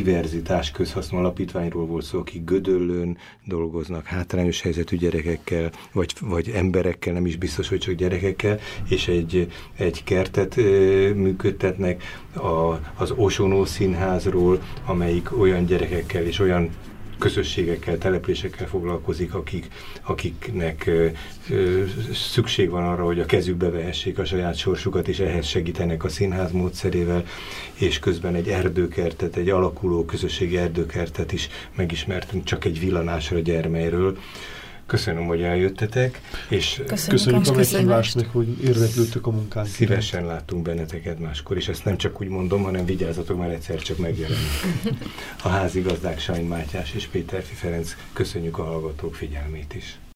Diverzitás Közhasznú Alapítványról volt szó, akik Gödöllőn dolgoznak, hátrányos helyzetű gyerekekkel, vagy, vagy emberekkel, nem is biztos, hogy csak gyerekekkel, és egy, egy kertet ö, működtetnek a, az Osonó Színházról, amelyik olyan gyerekekkel és olyan közösségekkel, településekkel foglalkozik, akik, akiknek ö, ö, szükség van arra, hogy a kezükbe vehessék a saját sorsukat, és ehhez segítenek a színház módszerével, és közben egy erdőkertet, egy alakuló közösségi erdőkertet is megismertünk, csak egy villanásra Gyermelyről. Köszönöm, hogy eljöttetek, és köszönjük a meghívást, meg hogy érdeklődtök a munkánk. Szívesen láttunk benneteket máskor, és ezt nem csak úgy mondom, hanem vigyázzatok, mert egyszer csak megjelenik. A házigazdák Sain Mátyás és Péterfi Ferenc, köszönjük a hallgatók figyelmét is.